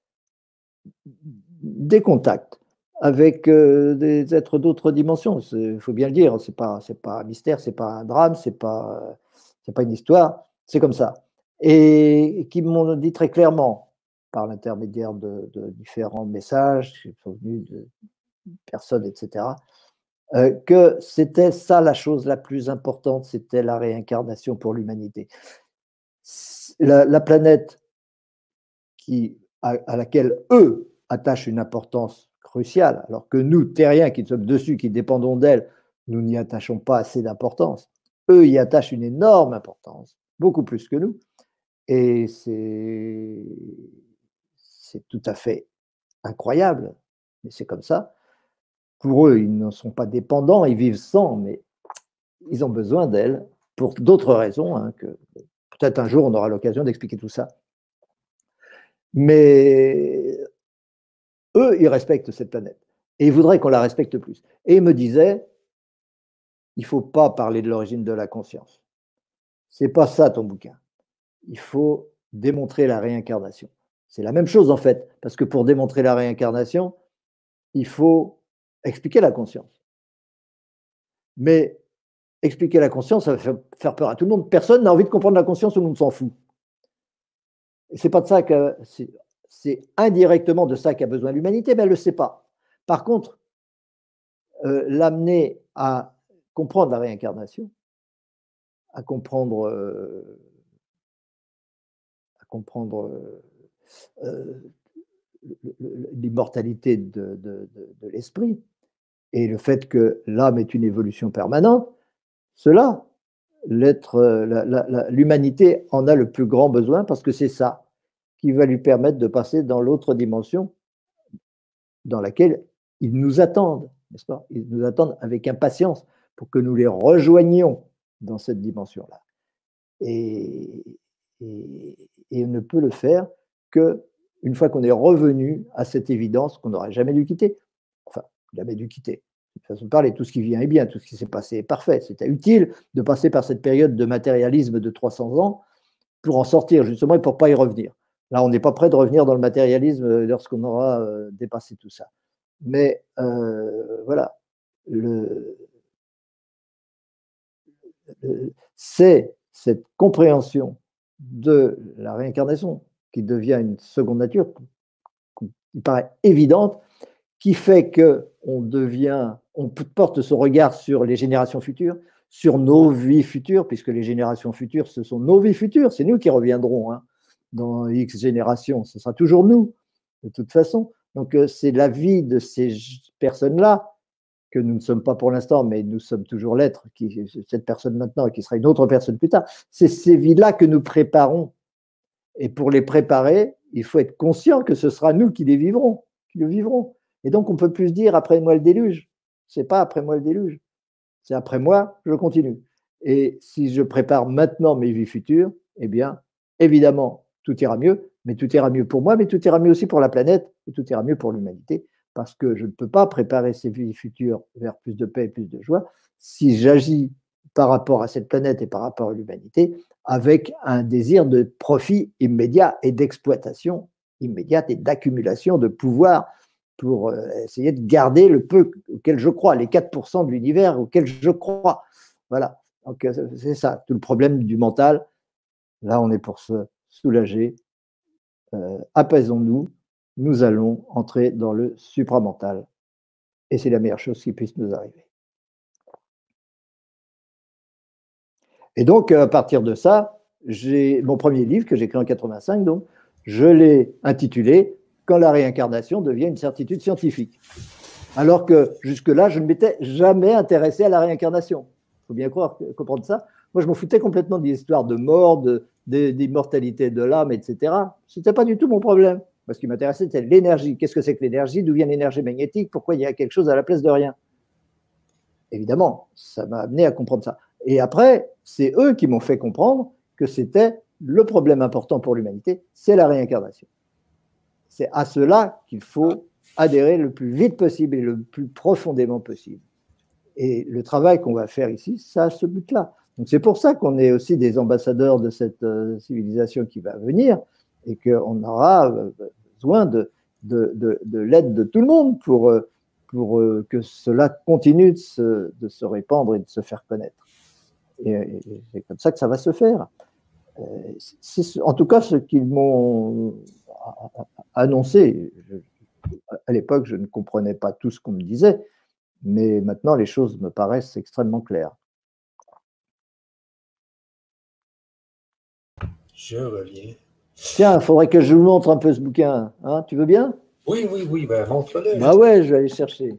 des contacts avec des êtres d'autres dimensions. Il faut bien le dire, c'est pas un mystère, c'est pas un drame, c'est pas une histoire, c'est comme ça. Et qui m'ont dit très clairement, par l'intermédiaire de différents messages qui sont venus de personnes, etc., que c'était ça la chose la plus importante, c'était la réincarnation pour l'humanité. La planète à laquelle eux attachent une importance cruciale, alors que nous, terriens qui sommes dessus, qui dépendons d'elle, nous n'y attachons pas assez d'importance. Eux y attachent une énorme importance, beaucoup plus que nous. Et c'est tout à fait incroyable, mais c'est comme ça. Pour eux, ils ne sont pas dépendants, ils vivent sans, mais ils ont besoin d'elle pour d'autres raisons, hein, que peut-être un jour on aura l'occasion d'expliquer tout ça. Mais eux, ils respectent cette planète et ils voudraient qu'on la respecte plus. Et ils me disaient, il ne faut pas parler de l'origine de la conscience. C'est pas ça ton bouquin. Il faut démontrer la réincarnation. C'est la même chose en fait, parce que pour démontrer la réincarnation, il faut expliquer la conscience. Mais expliquer la conscience, ça va faire peur à tout le monde. Personne n'a envie de comprendre la conscience, tout le monde s'en fout. Et c'est pas de ça que c'est indirectement de ça qu'a besoin l'humanité, mais elle ne le sait pas. Par contre, l'amener à comprendre la réincarnation, à comprendre, l'immortalité de l'esprit et le fait que l'âme est une évolution permanente, cela, l'humanité en a le plus grand besoin parce que c'est ça qui va lui permettre de passer dans l'autre dimension dans laquelle ils nous attendent, n'est-ce pas? Ils nous attendent avec impatience pour que nous les rejoignions dans cette dimension-là. Et, et on ne peut le faire que une fois qu'on est revenu à cette évidence qu'on n'aurait jamais dû quitter. Enfin, jamais dû quitter. De toute façon de parler, tout ce qui vient est bien, tout ce qui s'est passé est parfait. C'était utile de passer par cette période de matérialisme de 300 ans pour en sortir justement et pour ne pas y revenir. Là, on n'est pas prêt de revenir dans le matérialisme lorsqu'on aura dépassé tout ça. Mais voilà, c'est cette compréhension de la réincarnation qui devient une seconde nature, qui paraît évidente, qui fait qu'on porte ce regard sur les générations futures, sur nos vies futures, puisque les générations futures, ce sont nos vies futures, c'est nous qui reviendrons hein, dans X générations, ce sera toujours nous, de toute façon. Donc c'est la vie de ces personnes-là, que nous ne sommes pas pour l'instant, mais nous sommes toujours l'être, cette personne maintenant, et qui sera une autre personne plus tard. C'est ces vies-là que nous préparons. Et pour les préparer, il faut être conscient que ce sera nous qui les vivrons, qui le vivrons. Et donc, on ne peut plus se dire après moi le déluge. Ce n'est pas après moi le déluge. C'est après moi, je continue. Et si je prépare maintenant mes vies futures, eh bien, évidemment, tout ira mieux, mais tout ira mieux pour moi, mais tout ira mieux aussi pour la planète, et tout ira mieux pour l'humanité, parce que je ne peux pas préparer ces vies futures vers plus de paix et plus de joie si j'agis par rapport à cette planète et par rapport à l'humanité avec un désir de profit immédiat et d'exploitation immédiate et d'accumulation de pouvoir pour essayer de garder le peu auquel je crois, les 4% de l'univers auquel je crois. Voilà, donc c'est ça, tout le problème du mental. Là, on est pour se soulager. Apaisons-nous, nous allons entrer dans le supramental. Et c'est la meilleure chose qui puisse nous arriver. Et donc, à partir de ça, j'ai mon premier livre que j'ai écrit en 85, donc, je l'ai intitulé « Quand la réincarnation devient une certitude scientifique ». Alors que jusque-là, je ne m'étais jamais intéressé à la réincarnation. Il faut bien comprendre ça. Moi, je m'en foutais complètement des histoires de mort, d'immortalité de l'âme, etc. Ce n'était pas du tout mon problème. Ce qui m'intéressait, c'était l'énergie. Qu'est-ce que c'est que l'énergie? D'où vient l'énergie magnétique? Pourquoi il y a quelque chose à la place de rien? Évidemment, ça m'a amené à comprendre ça. Et après, c'est eux qui m'ont fait comprendre que c'était le problème important pour l'humanité, c'est la réincarnation. C'est à cela qu'il faut adhérer le plus vite possible et le plus profondément possible. Et le travail qu'on va faire ici, ça a ce but-là. Donc c'est pour ça qu'on est aussi des ambassadeurs de cette civilisation qui va venir et qu'on aura besoin de l'aide de tout le monde pour que cela continue de se répandre et de se faire connaître. Et c'est comme ça que ça va se faire. C'est en tout cas ce qu'ils m'ont annoncé. À l'époque, je ne comprenais pas tout ce qu'on me disait, mais maintenant, les choses me paraissent extrêmement claires. Je reviens. Tiens, il faudrait que je vous montre un peu ce bouquin. Hein, tu veux bien? Oui, ben, montre-le. Bah ouais, je vais aller chercher.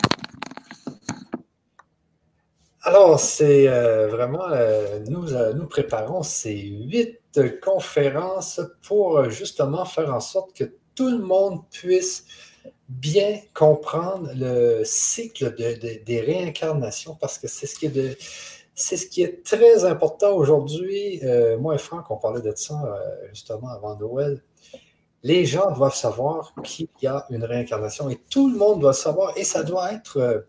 Alors, c'est vraiment, nous préparons ces 8 conférences pour justement faire en sorte que tout le monde puisse bien comprendre le cycle des réincarnations, parce que c'est ce qui est très important aujourd'hui. Moi et Franck, on parlait de ça justement avant Noël. Les gens doivent savoir qu'il y a une réincarnation et tout le monde doit le savoir, et ça doit être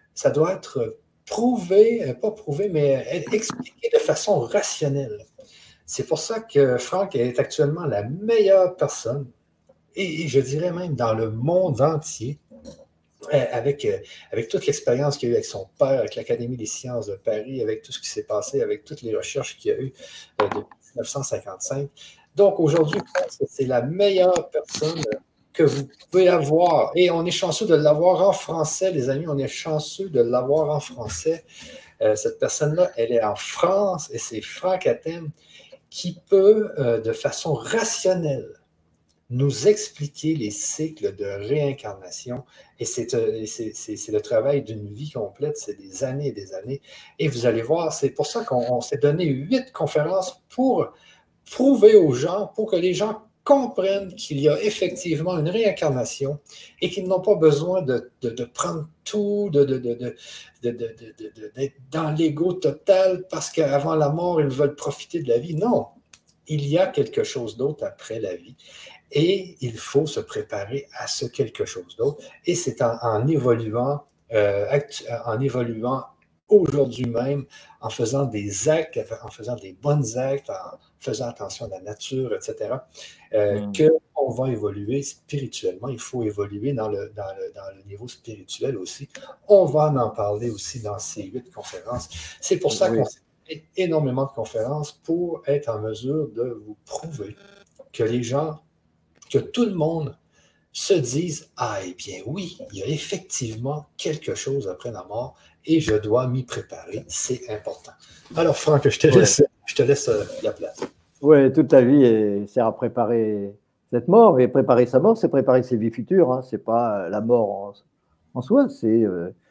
prouvé, pas prouvé, mais expliqué de façon rationnelle. C'est pour ça que Franck est actuellement la meilleure personne, et je dirais même dans le monde entier, avec toute l'expérience qu'il a eu avec son père, avec l'Académie des sciences de Paris, avec tout ce qui s'est passé, avec toutes les recherches qu'il y a eu depuis 1955. Donc aujourd'hui, c'est la meilleure personne que vous pouvez avoir. Et on est chanceux de l'avoir en français, les amis. On est chanceux de l'avoir en français. Cette personne-là, elle est en France et c'est Franck Attem qui peut, de façon rationnelle, nous expliquer les cycles de réincarnation. Et c'est le travail d'une vie complète, c'est des années et des années. Et vous allez voir, c'est pour ça qu'on s'est donné 8 conférences pour prouver aux gens, pour que les gens comprennent qu'il y a effectivement une réincarnation et qu'ils n'ont pas besoin de prendre tout, d'être dans l'ego total parce qu'avant la mort, ils veulent profiter de la vie. Non, il y a quelque chose d'autre après la vie. Et il faut se préparer à ce quelque chose d'autre. Et c'est en évoluant aujourd'hui même, en faisant des actes, en faisant des bons actes, en faisant attention à la nature, etc., qu'on va évoluer spirituellement. Il faut évoluer dans le niveau spirituel aussi. On va en parler aussi dans ces 8 conférences. C'est pour ça qu'on s'est fait énormément de conférences pour être en mesure de vous prouver que les gens, que tout le monde se dise « Ah, eh bien oui, il y a effectivement quelque chose après la mort et je dois m'y préparer, c'est important. » Alors Franck, je te laisse la place. Oui, toute la vie sert à préparer cette mort, et préparer sa mort, c'est préparer ses vies futures, hein. C'est pas la mort en soi, c'est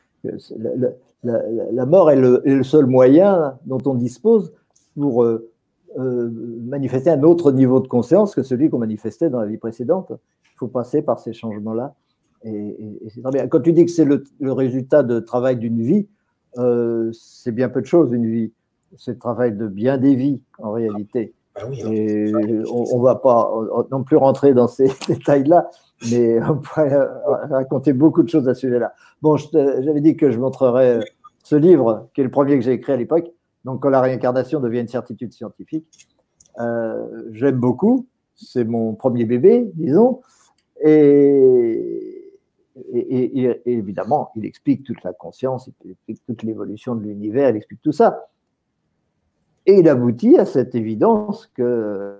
la mort est le seul moyen dont on dispose pour manifester un autre niveau de conscience que celui qu'on manifestait dans la vie précédente. Il faut passer par ces changements-là. Et c'est très bien. Quand tu dis que c'est le résultat de travail d'une vie, c'est bien peu de choses, une vie. C'est le travail de bien des vies, en réalité. Ben oui, et on ne va pas non plus rentrer dans ces détails-là, mais on pourrait raconter beaucoup de choses à ce sujet-là. Bon, j'avais dit que je montrerais ce livre, qui est le premier que j'ai écrit à l'époque, donc quand la réincarnation devient une certitude scientifique. J'aime beaucoup, c'est mon premier bébé, disons, et évidemment, il explique toute la conscience, il explique toute l'évolution de l'univers, il explique tout ça. Et il aboutit à cette évidence que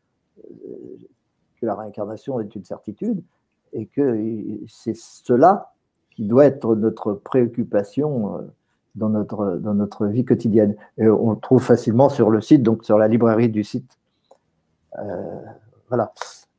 la réincarnation est une certitude et que c'est cela qui doit être notre préoccupation dans notre vie quotidienne. Et on le trouve facilement sur le site, donc sur la librairie du site. Voilà.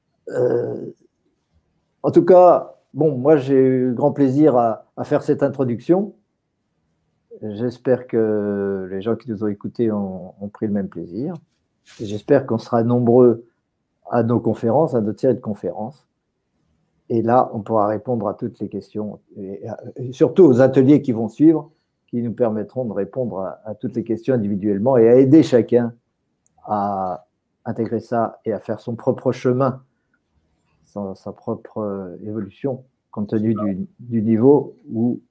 En tout cas, bon, moi j'ai eu grand plaisir à faire cette introduction. J'espère que les gens qui nous ont écoutés ont pris le même plaisir. Et j'espère qu'on sera nombreux à nos conférences, à notre série de conférences. Et là, on pourra répondre à toutes les questions, et surtout aux ateliers qui vont suivre, qui nous permettront de répondre à toutes les questions individuellement et à aider chacun à intégrer ça et à faire son propre chemin, sa propre évolution, compte tenu du niveau où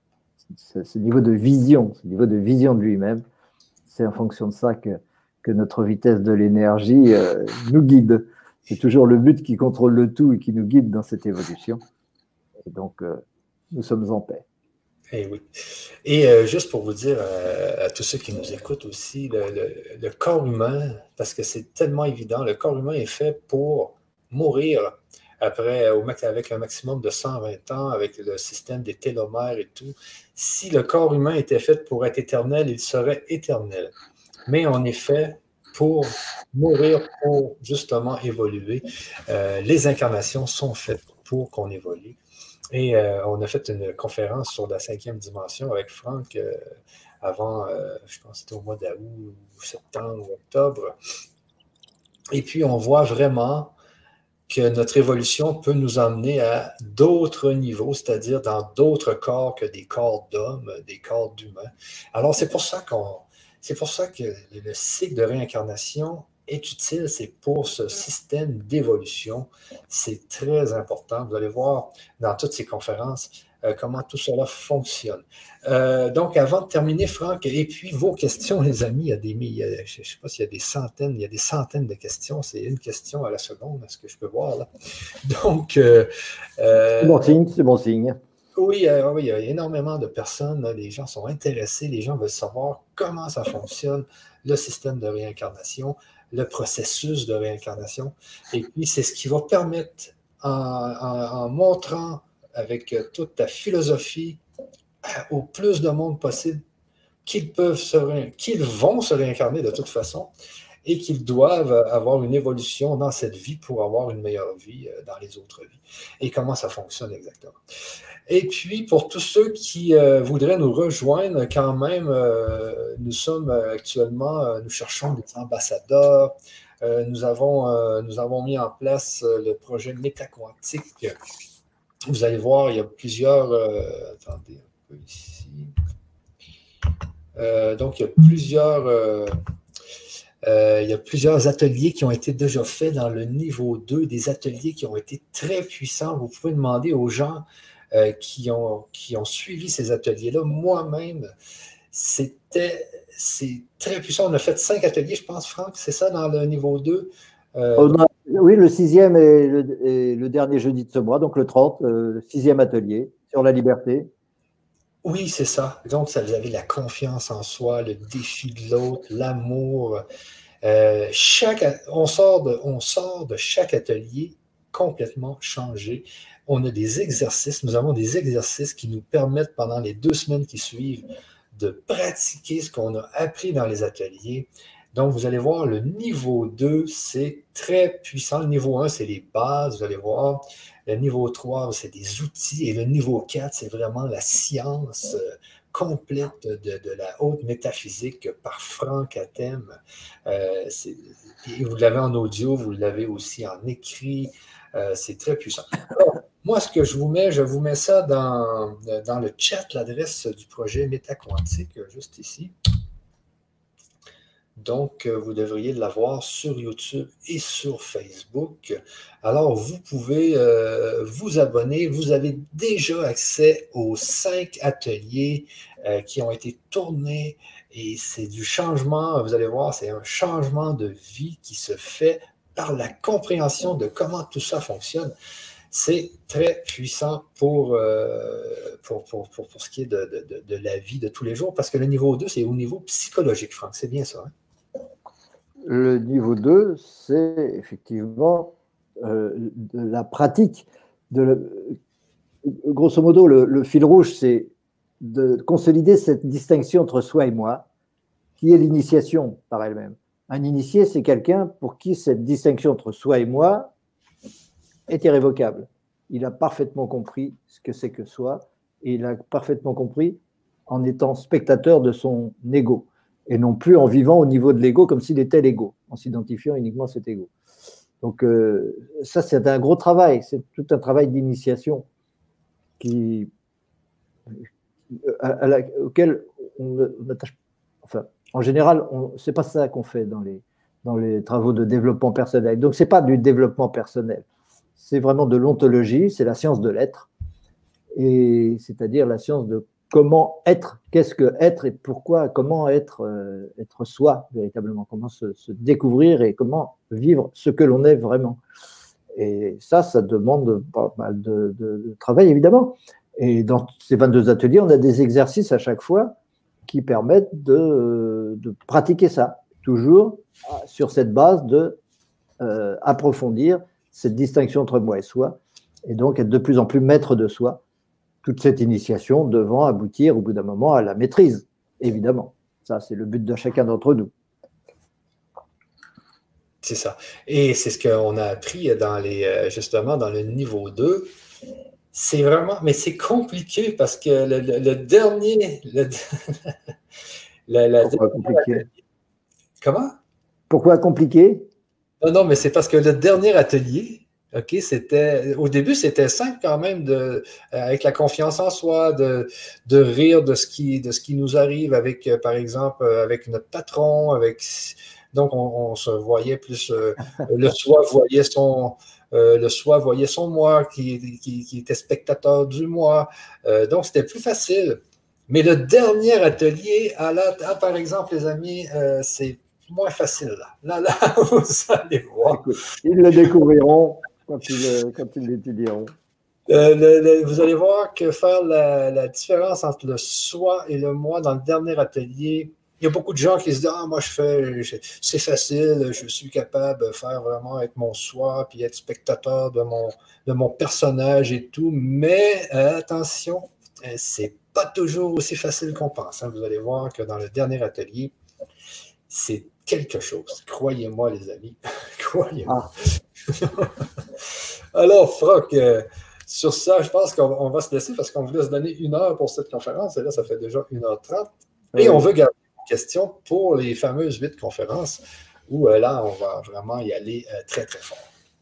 ce niveau de vision, ce niveau de vision de lui-même, c'est en fonction de ça que notre vitesse de l'énergie nous guide. C'est toujours le but qui contrôle le tout et qui nous guide dans cette évolution. Et donc, nous sommes en paix. Eh oui. Et juste pour vous dire à tous ceux qui nous écoutent aussi, le corps humain, parce que c'est tellement évident, le corps humain est fait pour mourir après, avec un maximum de 120 ans, avec le système des télomères et tout. Si le corps humain était fait pour être éternel, il serait éternel. Mais on est fait pour mourir, pour justement évoluer. Les incarnations sont faites pour qu'on évolue. Et on a fait une conférence sur la 5e dimension avec Franck avant, je pense que c'était au mois d'août, ou septembre, ou octobre. Et puis, on voit vraiment que notre évolution peut nous emmener à d'autres niveaux, c'est-à-dire dans d'autres corps que des corps d'hommes, des corps d'humains. Alors, c'est pour ça que le cycle de réincarnation est utile, c'est pour ce système d'évolution. C'est très important. Vous allez voir dans toutes ces conférences comment tout cela fonctionne. Donc, avant de terminer, Franck, et puis vos questions, les amis, je ne sais pas s'il y a des centaines de questions. C'est une question à la seconde, à ce que je peux voir là. Donc, c'est bon signe. Oui, il y a énormément de personnes, là, les gens sont intéressés, les gens veulent savoir comment ça fonctionne, le système de réincarnation, le processus de réincarnation. Et puis, c'est ce qui va permettre, en montrant avec toute ta philosophie au plus de monde possible, qu'ils vont se réincarner de toute façon et qu'ils doivent avoir une évolution dans cette vie pour avoir une meilleure vie dans les autres vies. Et comment ça fonctionne exactement. Et puis, pour tous ceux qui voudraient nous rejoindre, quand même, nous sommes actuellement, nous cherchons des ambassadeurs. Nous avons mis en place le projet Métaquantique. Vous allez voir, il y a plusieurs... attendez un peu ici. Donc, il y a plusieurs ateliers qui ont été déjà faits dans le niveau 2, des ateliers qui ont été très puissants. Vous pouvez demander aux gens qui ont suivi ces ateliers-là. Moi-même, c'est très puissant. On a fait 5 ateliers, je pense, Franck, c'est ça, dans le niveau 2? Oui, le 6e et le dernier jeudi de ce mois, donc le 30, 6e atelier sur la liberté. Oui, c'est ça. Donc, ça, vous avez la confiance en soi, le défi de l'autre, l'amour. On sort de chaque atelier complètement changé. On a des exercices, nous avons des exercices qui nous permettent pendant les 2 semaines qui suivent de pratiquer ce qu'on a appris dans les ateliers. Donc, vous allez voir, le niveau 2, c'est très puissant. Le niveau 1, c'est les bases, vous allez voir. Le niveau 3, c'est des outils. Et le niveau 4, c'est vraiment la science complète de la haute métaphysique par Franck Hatem. Vous l'avez en audio, vous l'avez aussi en écrit. C'est très puissant. Alors, moi, ce que je vous mets ça dans le chat, l'adresse du projet Métaquantique, juste ici. Donc, vous devriez l'avoir sur YouTube et sur Facebook. Alors, vous pouvez vous abonner. Vous avez déjà accès aux 5 ateliers qui ont été tournés et c'est du changement. Vous allez voir, c'est un changement de vie qui se fait par la compréhension de comment tout ça fonctionne. C'est très puissant pour ce qui est de la vie de tous les jours parce que le niveau 2, c'est au niveau psychologique, Franck. C'est bien ça, hein? Le niveau 2, c'est effectivement de la pratique. Grosso modo, le fil rouge, c'est de consolider cette distinction entre soi et moi, qui est l'initiation par elle-même. Un initié, c'est quelqu'un pour qui cette distinction entre soi et moi est irrévocable. Il a parfaitement compris ce que c'est que soi, et il a parfaitement compris en étant spectateur de son ego, et non plus en vivant au niveau de l'ego comme s'il était l'ego, en s'identifiant uniquement à cet ego. Donc ça, c'est un gros travail, c'est tout un travail d'initiation auquel on attache. Enfin, en général, c'est pas ça qu'on fait dans les travaux de développement personnel. Donc, c'est pas du développement personnel, c'est vraiment de l'ontologie, c'est la science de l'être, et c'est-à-dire la science de comment être, qu'est-ce que être et pourquoi, comment être soi véritablement, comment se découvrir et comment vivre ce que l'on est vraiment. Et ça demande pas mal de travail évidemment. Et dans ces 22 ateliers, on a des exercices à chaque fois qui permettent de pratiquer ça, toujours sur cette base de approfondir cette distinction entre moi et soi, et donc être de plus en plus maître de soi, toute cette initiation devant aboutir au bout d'un moment à la maîtrise, évidemment. Ça, c'est le but de chacun d'entre nous. C'est ça. Et c'est ce qu'on a appris justement dans le niveau 2. C'est vraiment, mais c'est compliqué parce que le dernier... Pourquoi compliqué? Comment? Pourquoi compliqué? Non, mais c'est parce que le dernier atelier, OK, au début, c'était simple quand même, avec la confiance en soi, de rire de ce qui nous arrive avec, par exemple, avec notre patron, donc on se voyait plus, le soi voyait son moi qui était spectateur du moi, donc c'était plus facile. Mais le dernier atelier, par exemple, les amis, c'est moins facile. Là, vous allez voir. Écoute, ils le découvriront quand ils l'étudieront. Vous allez voir que faire la différence entre le soi et le moi dans le dernier atelier, il y a beaucoup de gens qui se disent « Ah, moi, c'est facile, je suis capable de faire vraiment être mon soi, puis être spectateur de mon personnage et tout. » Mais attention, c'est pas toujours aussi facile qu'on pense. Hein. Vous allez voir que dans le dernier atelier, c'est quelque chose. Croyez-moi, les amis. Croyez-moi. Alors, Franck, sur ça, je pense qu'on va se laisser parce qu'on voulait se donner 1 heure pour cette conférence. Et là, ça fait déjà 1h30. Et on veut garder une question pour les fameuses 8 conférences où là, on va vraiment y aller très, très fort.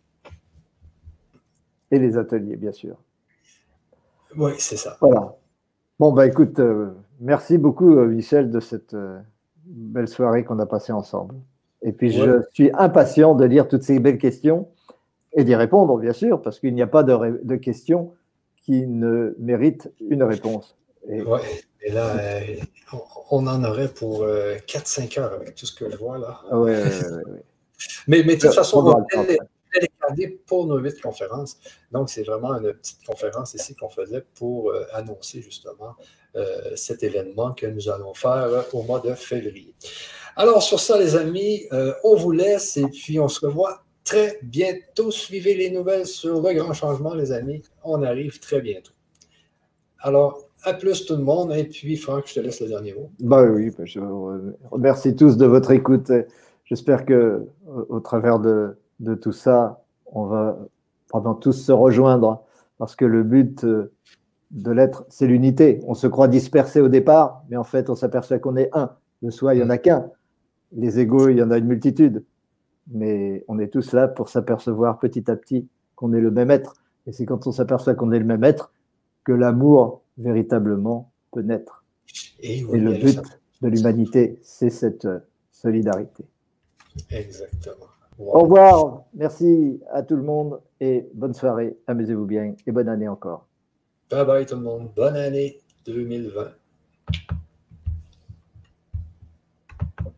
Et les ateliers, bien sûr. Oui, c'est ça. Voilà. Bon, bah écoute, merci beaucoup, Michel, de cette belle soirée qu'on a passée ensemble. Et puis, je suis impatient de lire toutes ces belles questions et d'y répondre, bien sûr, parce qu'il n'y a pas de questions qui ne méritent une réponse. Oui, et là, on en aurait pour 4-5 heures avec tout ce que je vois là. Oui. Mais de toute façon, on voulait les garder pour nos 8 conférences. Donc, c'est vraiment une petite conférence ici qu'on faisait pour annoncer justement cet événement que nous allons faire au mois de février. Alors, sur ça, les amis, on vous laisse et puis on se revoit très bientôt. Suivez les nouvelles sur le grand changement, les amis. On arrive très bientôt. Alors, à plus tout le monde. Et puis, Franck, je te laisse le dernier mot. Bah oui, je vous remercie tous de votre écoute. J'espère que au travers de tout ça, on va vraiment tous se rejoindre parce que le but de l'être, c'est l'unité. On se croit dispersé au départ, mais en fait, on s'aperçoit qu'on est un. Le soi, il n'y en a qu'un. Les égos, il y en a une multitude. Mais on est tous là pour s'apercevoir petit à petit qu'on est le même être. Et c'est quand on s'aperçoit qu'on est le même être que l'amour véritablement peut naître. Et le but de l'humanité, c'est cette solidarité. Exactement. Wow. Au revoir, merci à tout le monde et bonne soirée, amusez-vous bien et bonne année encore. Bye bye tout le monde, bonne année 2020.